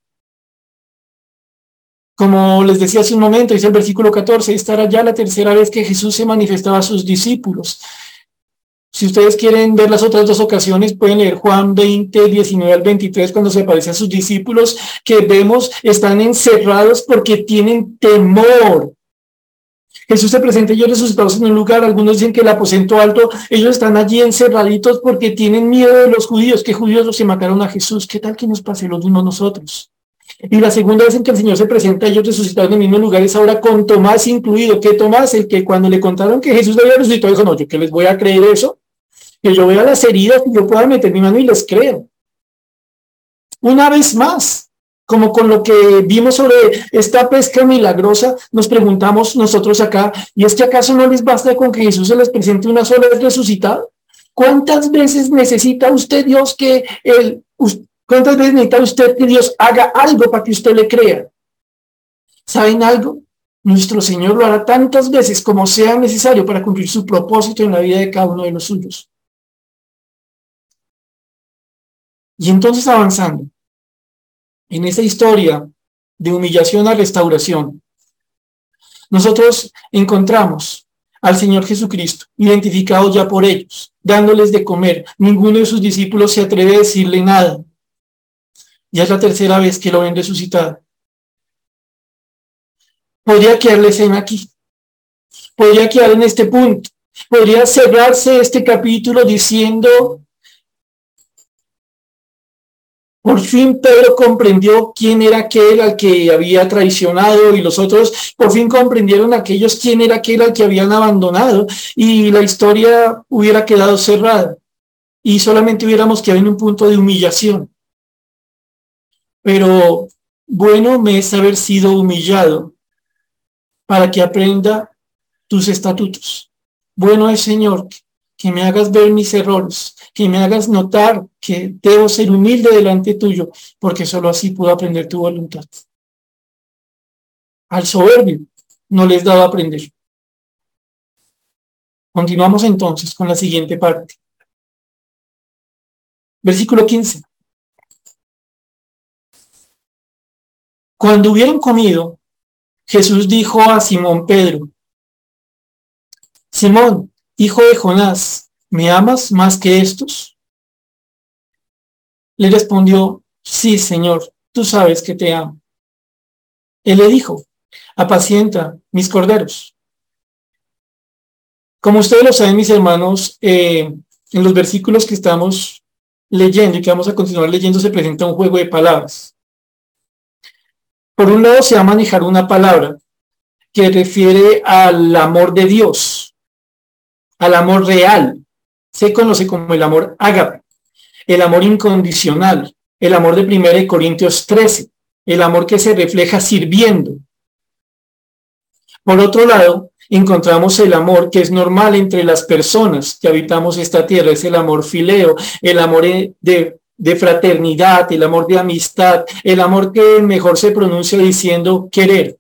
Como les decía hace un momento, dice el versículo catorce, esta era ya la tercera vez que Jesús se manifestaba a sus discípulos. Si ustedes quieren ver las otras dos ocasiones, pueden leer Juan veinte, diecinueve al veintitrés, cuando se aparece a sus discípulos, que vemos están encerrados porque tienen temor. Jesús se presenta ellos resucitados en un lugar, algunos dicen que el aposento alto, ellos están allí encerraditos porque tienen miedo de los judíos, que judíos los que mataron a Jesús, ¿qué tal que nos pase lo mismo a nosotros? Y la segunda vez en que el Señor se presenta a ellos resucitados en el mismo lugar es ahora con Tomás incluido, que Tomás, el que cuando le contaron que Jesús había resucitado, dijo, no, yo que les voy a creer eso, que yo vea las heridas y yo pueda meter mi mano y les creo. Una vez más, como con lo que vimos sobre esta pesca milagrosa, nos preguntamos nosotros acá, ¿y es que acaso no les basta con que Jesús se les presente una sola vez resucitado? ¿Cuántas veces necesita usted, Dios, que el, cuántas veces necesita usted que Dios haga algo para que usted le crea? ¿Saben algo? Nuestro Señor lo hará tantas veces como sea necesario para cumplir su propósito en la vida de cada uno de los suyos. Y entonces avanzando en esa historia de humillación a restauración, nosotros encontramos al Señor Jesucristo, identificado ya por ellos, dándoles de comer. Ninguno de sus discípulos se atreve a decirle nada. Ya es la tercera vez que lo ven resucitado. Podría quedar la escena aquí. Podría quedar en este punto. Podría cerrarse este capítulo diciendo: por fin Pedro comprendió quién era aquel al que había traicionado, y los otros por fin comprendieron aquellos quién era aquel al que habían abandonado, y la historia hubiera quedado cerrada y solamente hubiéramos quedado en un punto de humillación. Pero bueno me es haber sido humillado para que aprenda tus estatutos. Bueno es, Señor, que me hagas ver mis errores, que me hagas notar que debo ser humilde delante tuyo, porque solo así puedo aprender tu voluntad. Al soberbio no les daba a aprender. Continuamos entonces con la siguiente parte. Versículo quince. Cuando hubieron comido, Jesús dijo a Simón Pedro: Simón, hijo de Jonás, ¿me amas más que estos? Le respondió: sí, Señor, tú sabes que te amo. Él le dijo: apacienta mis corderos. Como ustedes lo saben, mis hermanos, eh, en los versículos que estamos leyendo y que vamos a continuar leyendo se presenta un juego de palabras. Por un lado se va a manejar una palabra que refiere al amor de Dios, al amor real. Se conoce como el amor ágape, el amor incondicional, el amor de primera de Corintios trece, el amor que se refleja sirviendo. Por otro lado, encontramos el amor que es normal entre las personas que habitamos esta tierra, es el amor fileo, el amor de, de fraternidad, el amor de amistad, el amor que mejor se pronuncia diciendo querer.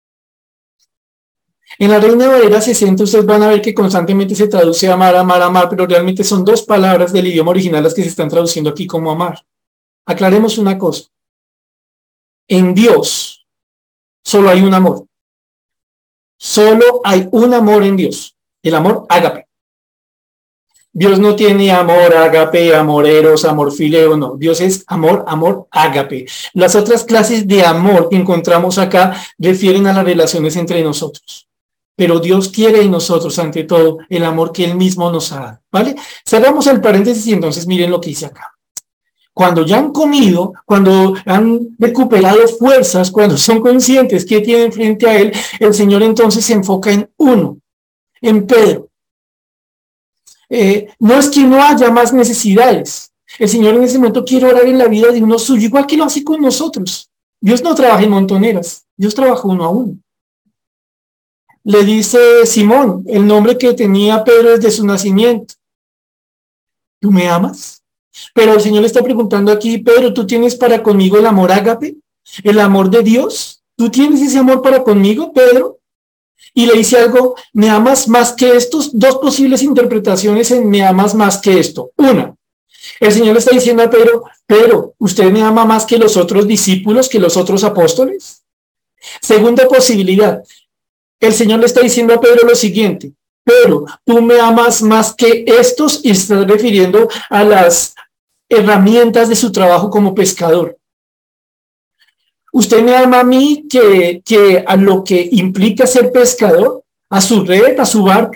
En la Reina Valera sesenta ustedes van a ver que constantemente se traduce amar, amar, amar, pero realmente son dos palabras del idioma original las que se están traduciendo aquí como amar. Aclaremos una cosa. En Dios solo hay un amor. Solo hay un amor en Dios, el amor ágape. Dios no tiene amor ágape, amor eros, amor fileo, no. Dios es amor, amor ágape. Las otras clases de amor que encontramos acá refieren a las relaciones entre nosotros. Pero Dios quiere en nosotros, ante todo, el amor que Él mismo nos ha dado, ¿vale? Cerramos el paréntesis y entonces miren lo que dice acá. Cuando ya han comido, cuando han recuperado fuerzas, cuando son conscientes que tienen frente a Él, el Señor entonces se enfoca en uno, en Pedro. Eh, no es que no haya más necesidades. El Señor en ese momento quiere orar en la vida de uno suyo, igual que lo hace con nosotros. Dios no trabaja en montoneras, Dios trabaja uno a uno. Le dice Simón, el nombre que tenía Pedro desde su nacimiento: ¿tú me amas? Pero el Señor le está preguntando aquí: Pedro, ¿tú tienes para conmigo el amor ágape? ¿El amor de Dios? ¿Tú tienes ese amor para conmigo, Pedro? Y le dice algo: ¿me amas más que estos? Dos posibles interpretaciones en me amas más que esto. Una, el Señor le está diciendo a Pedro: Pedro, ¿usted me ama más que los otros discípulos, que los otros apóstoles? Segunda posibilidad, el Señor le está diciendo a Pedro lo siguiente: Pedro, ¿tú me amas más que estos? Y se está refiriendo a las herramientas de su trabajo como pescador. ¿Usted me ama a mí que, que a lo que implica ser pescador? ¿A su red, a su barco?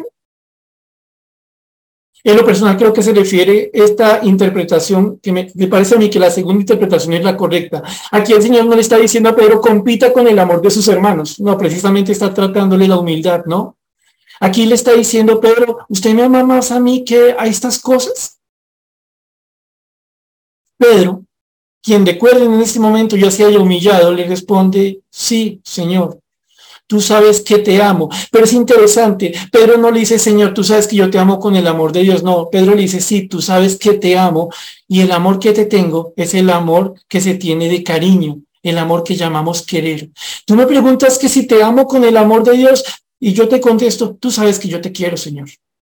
En lo personal creo que se refiere esta interpretación, que me, me parece a mí que la segunda interpretación es la correcta. Aquí el Señor no le está diciendo a Pedro: compita con el amor de sus hermanos. No, precisamente está tratándole la humildad, ¿no? Aquí le está diciendo: Pedro, ¿usted me ama más a mí que a estas cosas? Pedro, quien recuerden en este momento ya se haya humillado, le responde: sí, Señor, tú sabes que te amo. Pero es interesante, Pedro no le dice: Señor, tú sabes que yo te amo con el amor de Dios. No, Pedro le dice: sí, tú sabes que te amo, y el amor que te tengo es el amor que se tiene de cariño, el amor que llamamos querer. Tú me preguntas que si te amo con el amor de Dios, y yo te contesto: tú sabes que yo te quiero, Señor.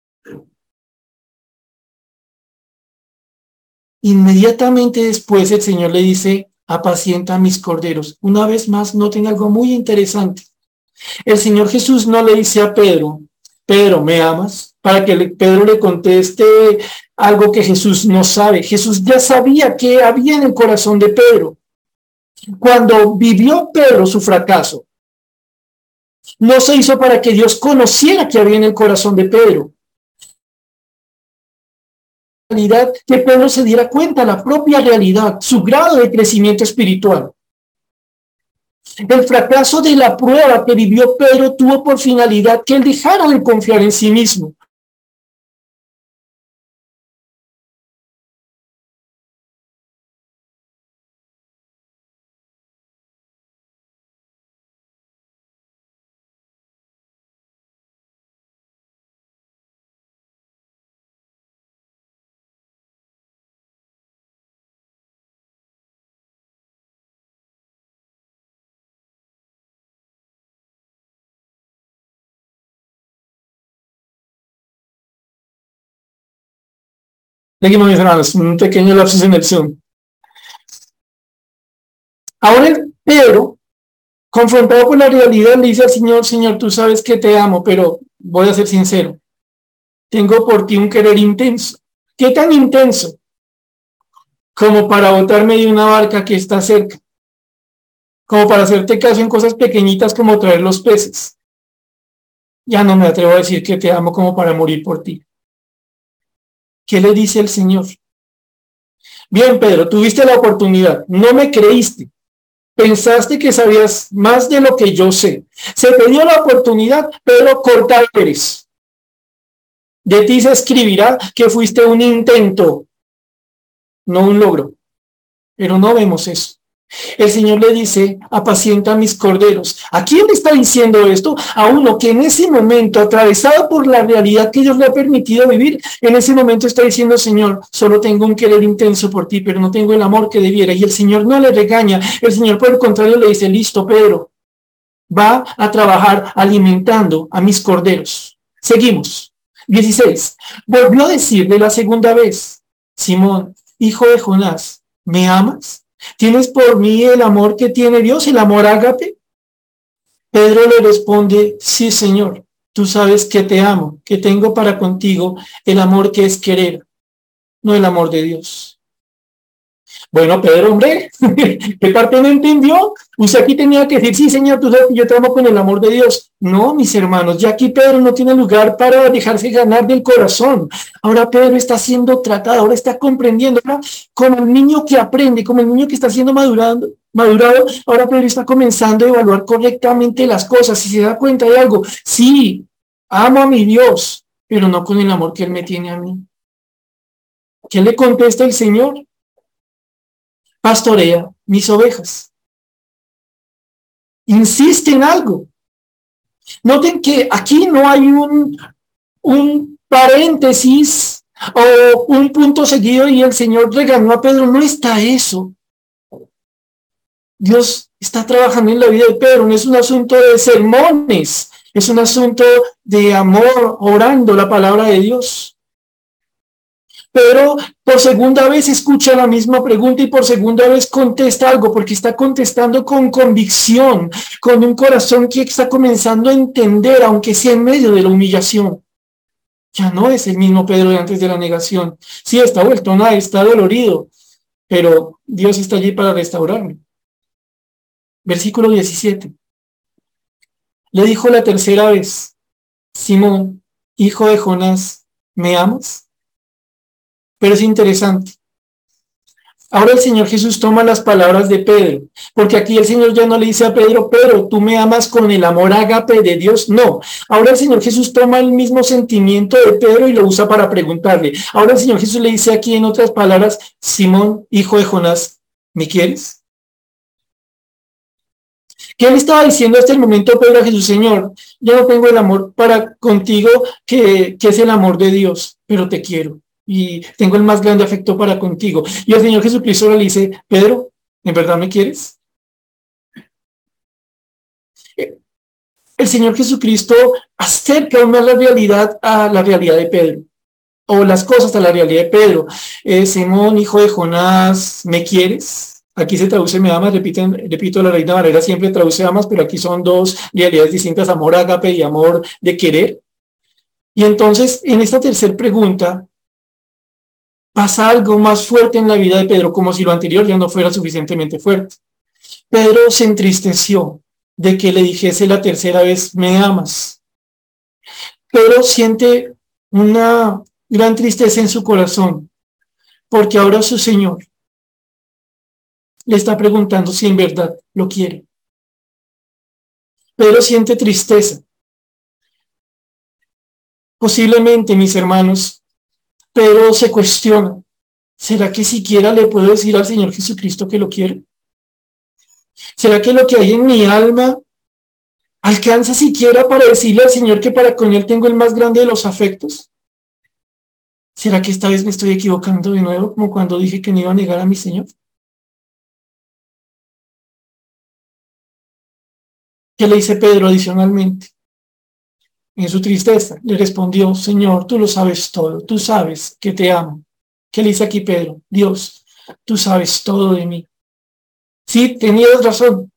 Inmediatamente después el Señor le dice: apacienta mis corderos. Una vez más, noten algo muy interesante. El Señor Jesús no le dice a Pedro: Pedro, ¿me amas? Para que Pedro le conteste algo que Jesús no sabe. Jesús ya sabía qué había en el corazón de Pedro. Cuando vivió Pedro su fracaso, no se hizo para que Dios conociera qué había en el corazón de Pedro. realidad que Pedro se diera cuenta, la propia realidad, su grado de crecimiento espiritual. El fracaso de la prueba que vivió Pedro tuvo por finalidad que él dejara de confiar en sí mismo. Seguimos, mis hermanos, un pequeño lapsus en el Zoom. Ahora Pedro, confrontado por la realidad, le dice al Señor: Señor, tú sabes que te amo, pero voy a ser sincero, tengo por ti un querer intenso. ¿Qué tan intenso? Como para botarme de una barca que está cerca, como para hacerte caso en cosas pequeñitas como traer los peces. Ya no me atrevo a decir que te amo como para morir por ti. ¿Qué le dice el Señor? Bien, Pedro, tuviste la oportunidad, no me creíste, pensaste que sabías más de lo que yo sé. Se te dio la oportunidad, pero corta eres. De ti se escribirá que fuiste un intento, no un logro. Pero no vemos eso. El Señor le dice: apacienta mis corderos. ¿A quién le está diciendo esto? A uno que en ese momento, atravesado por la realidad que Dios le ha permitido vivir, en ese momento está diciendo: Señor, solo tengo un querer intenso por ti, pero no tengo el amor que debiera. Y el Señor no le regaña. El Señor, por el contrario, le dice: listo, Pedro, va a trabajar alimentando a mis corderos. Seguimos. dieciséis. Volvió a decirle la segunda vez: Simón, hijo de Jonás, ¿me amas? ¿Tienes por mí el amor que tiene Dios, el amor ágape? Pedro le responde: sí, Señor, tú sabes que te amo, que tengo para contigo el amor que es querer, no el amor de Dios. Bueno, Pedro, hombre, ¿qué parte no entendió? Usted aquí tenía que decir: sí, Señor, tú sabes que yo te amo con el amor de Dios. No, mis hermanos, ya aquí Pedro no tiene lugar para dejarse ganar del corazón. Ahora Pedro está siendo tratado, ahora está comprendiendo, ahora como el niño que aprende, como el niño que está siendo madurando, madurado, ahora Pedro está comenzando a evaluar correctamente las cosas y se da cuenta de algo: sí, amo a mi Dios, pero no con el amor que Él me tiene a mí. ¿Qué le contesta el Señor? Pastorea mis ovejas. Insiste en algo. Noten que aquí no hay un, un paréntesis o un punto seguido y el Señor regañó a Pedro. No está eso. Dios está trabajando en la vida de Pedro. No es un asunto de sermones, es un asunto de amor, orando la palabra de Dios. Pero por segunda vez escucha la misma pregunta y por segunda vez contesta algo, porque está contestando con convicción, con un corazón que está comenzando a entender, aunque sea en medio de la humillación. Ya no es el mismo Pedro de antes de la negación. Sí, está vuelto nada, está dolorido, pero Dios está allí para restaurarlo. Versículo diecisiete. Le dijo la tercera vez: Simón, hijo de Jonás, ¿me amas? Pero es interesante. Ahora el Señor Jesús toma las palabras de Pedro, porque aquí el Señor ya no le dice a Pedro: Pedro, ¿tú me amas con el amor ágape de Dios? No. Ahora el Señor Jesús toma el mismo sentimiento de Pedro y lo usa para preguntarle. Ahora el Señor Jesús le dice aquí en otras palabras: Simón, hijo de Jonás, ¿me quieres? ¿Qué le estaba diciendo hasta el momento Pedro a Jesús? Señor, yo no tengo el amor para contigo que, que es el amor de Dios, pero te quiero y tengo el más grande afecto para contigo. Y el Señor Jesucristo le dice: Pedro, ¿en verdad me quieres? El Señor Jesucristo acerca aún más la realidad a la realidad de Pedro, o las cosas a la realidad de Pedro. Eh, Simón, hijo de Jonás, ¿me quieres? Aquí se traduce me amas, repiten, repito, la Reina Valera siempre traduce amas, pero aquí son dos realidades distintas: amor ágape y amor de querer. Y entonces, en esta tercera pregunta, pasa algo más fuerte en la vida de Pedro, como si lo anterior ya no fuera suficientemente fuerte. Pedro se entristeció de que le dijese la tercera vez: ¿me amas? Pedro siente una gran tristeza en su corazón, porque ahora su Señor le está preguntando si en verdad lo quiere. Pedro siente tristeza. Posiblemente, mis hermanos, Pedro se cuestiona, ¿será que siquiera le puedo decir al Señor Jesucristo que lo quiere? ¿Será que lo que hay en mi alma alcanza siquiera para decirle al Señor que para con Él tengo el más grande de los afectos? ¿Será que esta vez me estoy equivocando de nuevo, como cuando dije que no iba a negar a mi Señor? ¿Qué le dice Pedro adicionalmente? En su tristeza le respondió, Señor, tú lo sabes todo, tú sabes que te amo. ¿Qué le dice aquí Pedro? Dios, tú sabes todo de mí. Sí, tenías razón.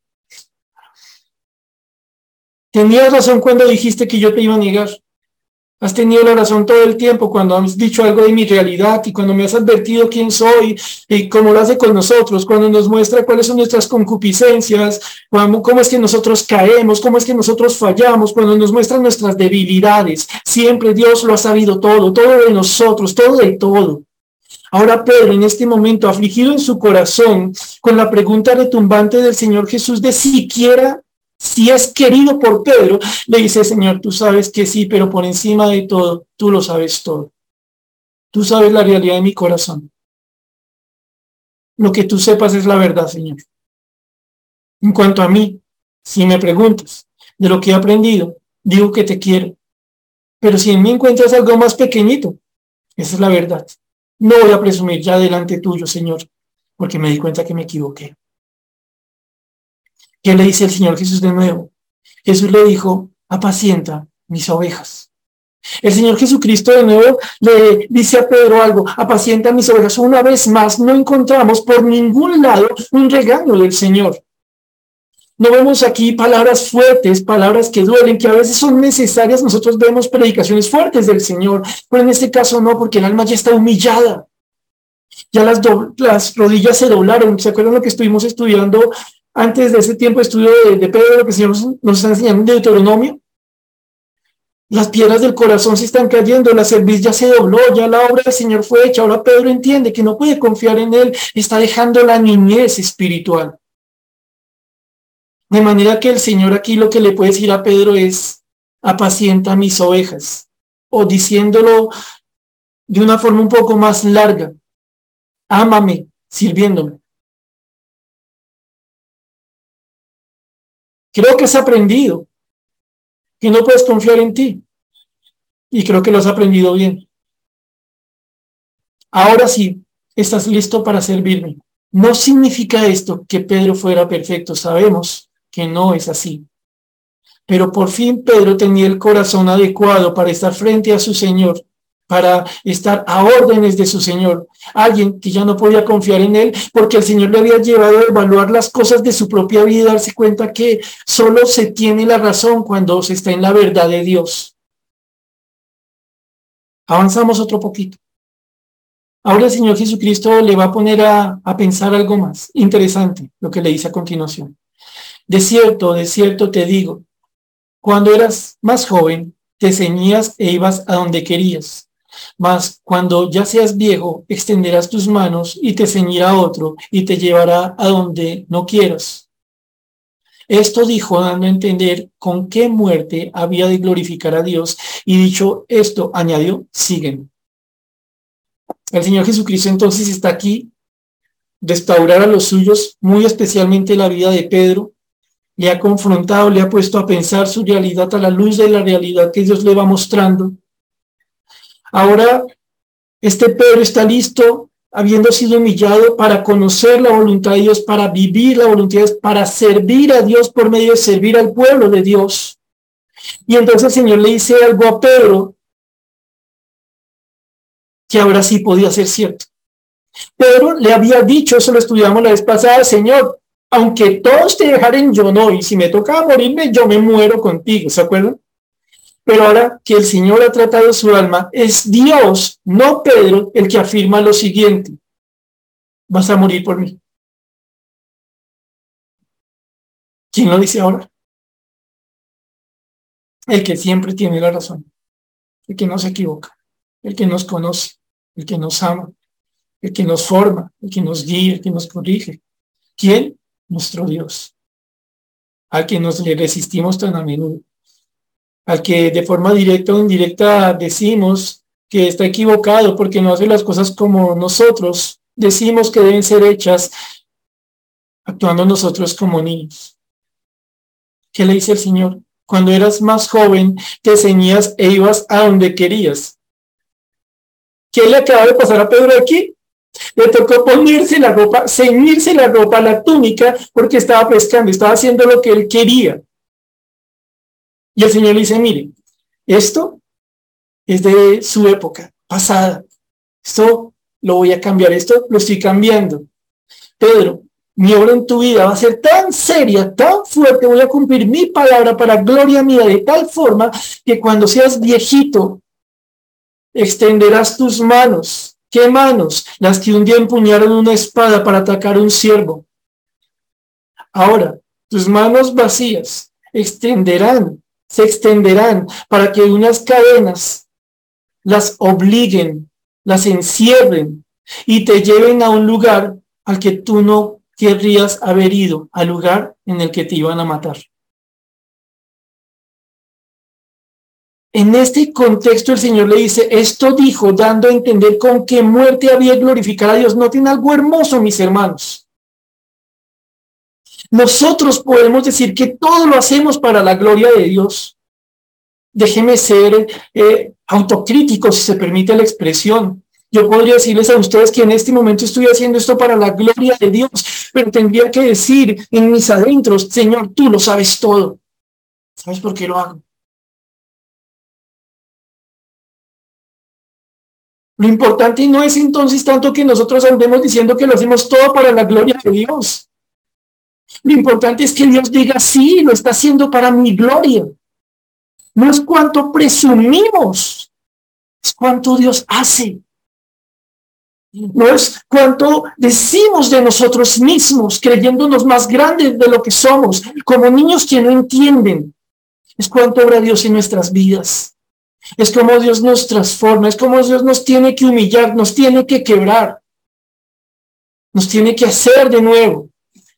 Tenías razón cuando dijiste que yo te iba a negar. Has tenido la razón todo el tiempo cuando has dicho algo de mi realidad y cuando me has advertido quién soy y cómo lo hace con nosotros, cuando nos muestra cuáles son nuestras concupiscencias, cómo, cómo es que nosotros caemos, cómo es que nosotros fallamos, cuando nos muestra nuestras debilidades. Siempre Dios lo ha sabido todo, todo de nosotros, todo de todo. Ahora Pedro, en este momento, afligido en su corazón, con la pregunta retumbante del Señor Jesús de siquiera si es querido por Pedro, le dice, Señor, tú sabes que sí, pero por encima de todo, tú lo sabes todo. Tú sabes la realidad de mi corazón. Lo que tú sepas es la verdad, Señor. En cuanto a mí, si me preguntas de lo que he aprendido, digo que te quiero. Pero si en mí encuentras algo más pequeñito, esa es la verdad. No voy a presumir ya delante tuyo, Señor, porque me di cuenta que me equivoqué. ¿Qué le dice el Señor Jesús de nuevo? Jesús le dijo, apacienta mis ovejas. El Señor Jesucristo de nuevo le dice a Pedro algo, apacienta mis ovejas. Una vez más, no encontramos por ningún lado un regaño del Señor. No vemos aquí palabras fuertes, palabras que duelen, que a veces son necesarias. Nosotros vemos predicaciones fuertes del Señor, pero en este caso no, porque el alma ya está humillada. Ya las, las rodillas se doblaron. ¿Se acuerdan lo que estuvimos estudiando antes de ese tiempo de estudio de, de Pedro, lo que el Señor nos, nos está enseñando en Deuteronomio? Las piedras del corazón se están cayendo, la cerviz ya se dobló, ya la obra del Señor fue hecha. Ahora Pedro entiende que no puede confiar en Él, está dejando la niñez espiritual. De manera que el Señor aquí lo que le puede decir a Pedro es, apacienta mis ovejas, o diciéndolo de una forma un poco más larga, ámame sirviéndome. Creo que has aprendido que no puedes confiar en ti, y creo que lo has aprendido bien. Ahora sí, estás listo para servirme. No significa esto que Pedro fuera perfecto, sabemos que no es así. Pero por fin Pedro tenía el corazón adecuado para estar frente a su Señor, para estar a órdenes de su Señor. Alguien que ya no podía confiar en él porque el Señor le había llevado a evaluar las cosas de su propia vida y darse cuenta que solo se tiene la razón cuando se está en la verdad de Dios. Avanzamos otro poquito. Ahora el Señor Jesucristo le va a poner a, a pensar algo más interesante, lo que le dice a continuación. De cierto, de cierto te digo, cuando eras más joven, te ceñías e ibas a donde querías. Mas cuando ya seas viejo, extenderás tus manos y te ceñirá otro y te llevará a donde no quieras. Esto dijo dando a entender con qué muerte había de glorificar a Dios, y dicho esto, añadió, sígueme. El Señor Jesucristo entonces está aquí, restaurar a los suyos, muy especialmente la vida de Pedro, le ha confrontado, le ha puesto a pensar su realidad a la luz de la realidad que Dios le va mostrando. Ahora, este Pedro está listo, habiendo sido humillado, para conocer la voluntad de Dios, para vivir la voluntad de Dios, para servir a Dios por medio de servir al pueblo de Dios. Y entonces el Señor le dice algo a Pedro que ahora sí podía ser cierto. Pedro le había dicho, eso lo estudiamos la vez pasada, Señor, aunque todos te dejaren, yo no, y si me tocaba morirme, yo me muero contigo, ¿se acuerdan? Pero ahora que el Señor ha tratado su alma, es Dios, no Pedro, el que afirma lo siguiente: vas a morir por mí. ¿Quién lo dice ahora? El que siempre tiene la razón, el que no se equivoca, el que nos conoce, el que nos ama, el que nos forma, el que nos guía, el que nos corrige. ¿Quién? Nuestro Dios, al que nos le resistimos tan a menudo, al que de forma directa o indirecta decimos que está equivocado porque no hace las cosas como nosotros decimos que deben ser hechas, actuando nosotros como niños. ¿Qué le dice el Señor? Cuando eras más joven, te ceñías e ibas a donde querías. ¿Qué le acaba de pasar a Pedro aquí? Le tocó ponerse la ropa, ceñirse la ropa, la túnica, porque estaba pescando, estaba haciendo lo que él quería. Y el Señor le dice, mire, esto es de su época pasada. Esto lo voy a cambiar, esto lo estoy cambiando. Pedro, mi obra en tu vida va a ser tan seria, tan fuerte, voy a cumplir mi palabra para gloria mía, de tal forma que cuando seas viejito, extenderás tus manos. ¿Qué manos? Las que un día empuñaron una espada para atacar a un siervo. Ahora, tus manos vacías extenderán, se extenderán para que unas cadenas las obliguen, las encierren y te lleven a un lugar al que tú no querrías haber ido, al lugar en el que te iban a matar. En este contexto el Señor le dice, esto dijo, dando a entender con qué muerte había glorificar a Dios. Noten algo hermoso, mis hermanos. Nosotros podemos decir que todo lo hacemos para la gloria de Dios. Déjeme ser eh, autocrítico, si se permite la expresión. Yo podría decirles a ustedes que en este momento estoy haciendo esto para la gloria de Dios, pero tendría que decir en mis adentros, Señor, tú lo sabes todo. ¿Sabes por qué lo hago? Lo importante no es entonces tanto que nosotros andemos diciendo que lo hacemos todo para la gloria de Dios. Lo importante es que Dios diga, sí, lo está haciendo para mi gloria. No es cuánto presumimos, es cuánto Dios hace. No es cuánto decimos de nosotros mismos, creyéndonos más grandes de lo que somos, como niños que no entienden. Es cuánto obra Dios en nuestras vidas. Es como Dios nos transforma, es como Dios nos tiene que humillar, nos tiene que quebrar, nos tiene que hacer de nuevo,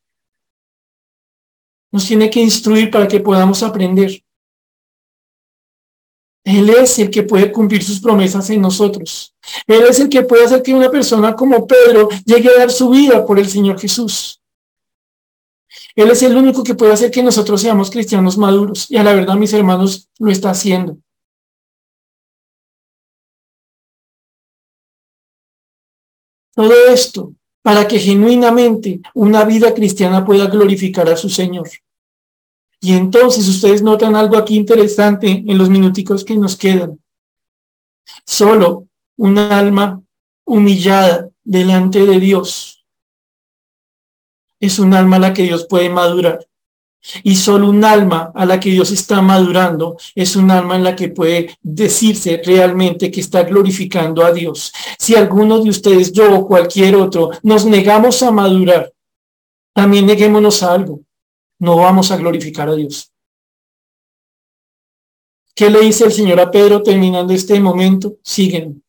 nos tiene que instruir para que podamos aprender. Él es el que puede cumplir sus promesas en nosotros. Él es el que puede hacer que una persona como Pedro llegue a dar su vida por el Señor Jesús. Él es el único que puede hacer que nosotros seamos cristianos maduros. Y a la verdad, mis hermanos, lo está haciendo. Todo esto para que genuinamente una vida cristiana pueda glorificar a su Señor. Y entonces ustedes notan algo aquí interesante en los minuticos que nos quedan. Solo un alma humillada delante de Dios es un alma a la que Dios puede madurar. Y solo un alma a la que Dios está madurando es un alma en la que puede decirse realmente que está glorificando a Dios. Si alguno de ustedes, yo o cualquier otro, nos negamos a madurar, también neguémonos a algo. No vamos a glorificar a Dios. ¿Qué le dice el Señor a Pedro terminando este momento? Siguen.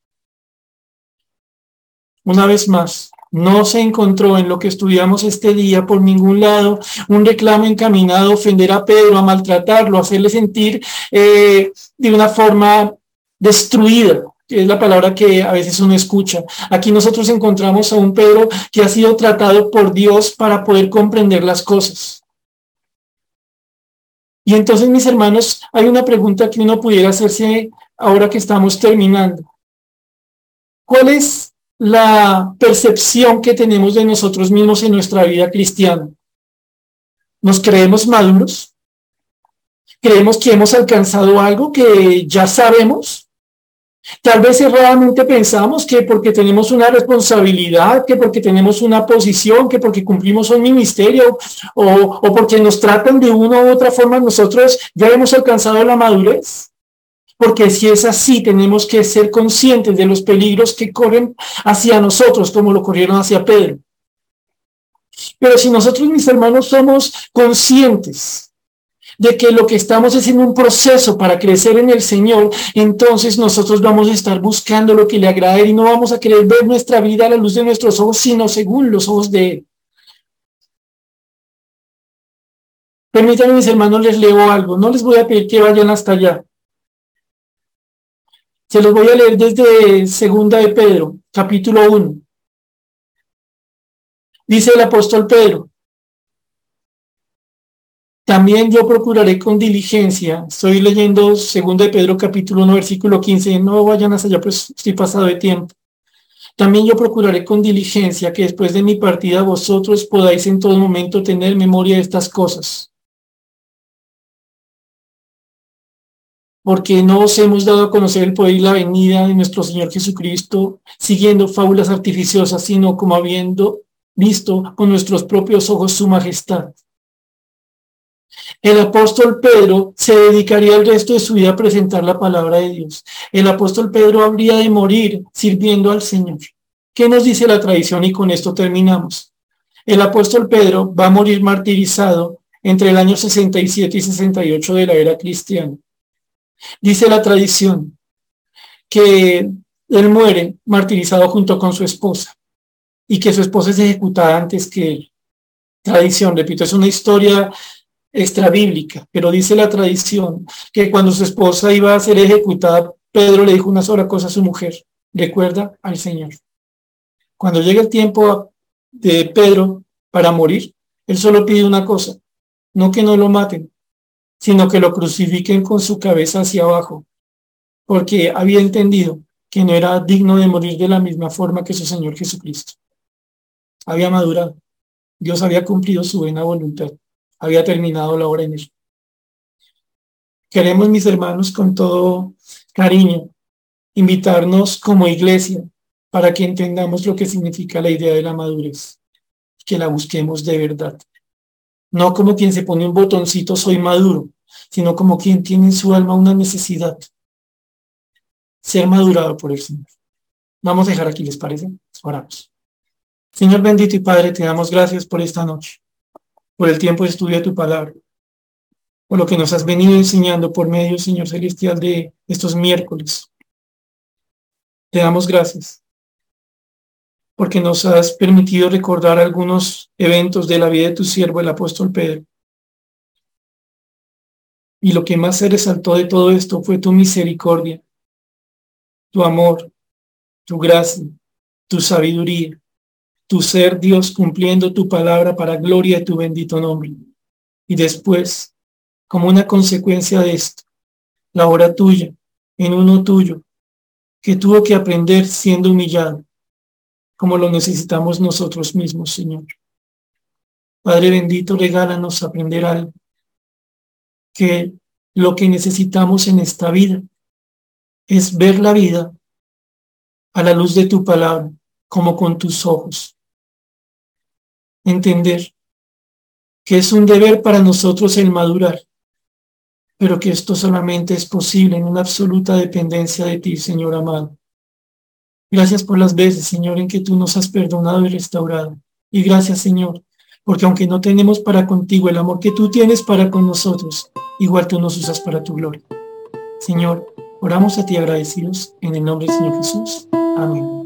Una vez más, no se encontró en lo que estudiamos este día por ningún lado un reclamo encaminado a ofender a Pedro, a maltratarlo, a hacerle sentir eh, de una forma destruida, que es la palabra que a veces uno escucha. Aquí nosotros encontramos a un Pedro que ha sido tratado por Dios para poder comprender las cosas. Y entonces, mis hermanos, hay una pregunta que uno pudiera hacerse ahora que estamos terminando. ¿Cuál es la percepción que tenemos de nosotros mismos en nuestra vida cristiana? ¿Nos creemos maduros? ¿Creemos que hemos alcanzado algo que ya sabemos? Tal vez erradamente pensamos que porque tenemos una responsabilidad, que porque tenemos una posición, que porque cumplimos un ministerio o, o porque nos tratan de una u otra forma, nosotros ya hemos alcanzado la madurez. Porque si es así, tenemos que ser conscientes de los peligros que corren hacia nosotros, como lo corrieron hacia Pedro. Pero si nosotros, mis hermanos, somos conscientes de que lo que estamos es en un proceso para crecer en el Señor, entonces nosotros vamos a estar buscando lo que le agrade y no vamos a querer ver nuestra vida a la luz de nuestros ojos, sino según los ojos de Él. Permítanme, mis hermanos, les leo algo. No les voy a pedir que vayan hasta allá. Se los voy a leer desde Segunda de Pedro, capítulo uno. Dice el apóstol Pedro: también yo procuraré con diligencia. Estoy leyendo Segunda de Pedro, capítulo uno, versículo quince. No vayan hasta allá, pues estoy pasado de tiempo. También yo procuraré con diligencia que después de mi partida vosotros podáis en todo momento tener memoria de estas cosas. Porque no os hemos dado a conocer el poder y la venida de nuestro Señor Jesucristo siguiendo fábulas artificiosas, sino como habiendo visto con nuestros propios ojos su majestad. El apóstol Pedro se dedicaría el resto de su vida a presentar la palabra de Dios. El apóstol Pedro habría de morir sirviendo al Señor. ¿Qué nos dice la tradición? Y con esto terminamos. El apóstol Pedro va a morir martirizado entre el año sesenta y siete y sesenta y ocho de la era cristiana. Dice la tradición que él muere martirizado junto con su esposa y que su esposa es ejecutada antes que él. Tradición, repito, es una historia extrabíblica, pero dice la tradición que cuando su esposa iba a ser ejecutada, Pedro le dijo una sola cosa a su mujer: recuerda al Señor. Cuando llega el tiempo de Pedro para morir, él solo pide una cosa: no que no lo maten, sino que lo crucifiquen con su cabeza hacia abajo, porque había entendido que no era digno de morir de la misma forma que su Señor Jesucristo. Había madurado. Dios había cumplido su buena voluntad. Había terminado la obra en él. Queremos, mis hermanos, con todo cariño, invitarnos como iglesia para que entendamos lo que significa la idea de la madurez, que la busquemos de verdad. No como quien se pone un botoncito, soy maduro, sino como quien tiene en su alma una necesidad: ser madurado por el Señor. Vamos a dejar aquí, ¿les parece? Oramos. Señor bendito y Padre, te damos gracias por esta noche, por el tiempo de estudio de tu palabra, por lo que nos has venido enseñando por medio, Señor celestial, de estos miércoles. Te damos gracias porque nos has permitido recordar algunos eventos de la vida de tu siervo, el apóstol Pedro. Y lo que más se resaltó de todo esto fue tu misericordia, tu amor, tu gracia, tu sabiduría, tu ser Dios cumpliendo tu palabra para gloria de tu bendito nombre. Y después, como una consecuencia de esto, la obra tuya en uno tuyo, que tuvo que aprender siendo humillado, como lo necesitamos nosotros mismos, Señor. Padre bendito, regálanos aprender algo, que lo que necesitamos en esta vida es ver la vida a la luz de tu palabra, como con tus ojos. Entender que es un deber para nosotros el madurar, pero que esto solamente es posible en una absoluta dependencia de ti, Señor amado. Gracias por las veces, Señor, en que tú nos has perdonado y restaurado. Y gracias, Señor, porque aunque no tenemos para contigo el amor que tú tienes para con nosotros, igual tú nos usas para tu gloria. Señor, oramos a ti agradecidos en el nombre del Señor Jesús. Amén.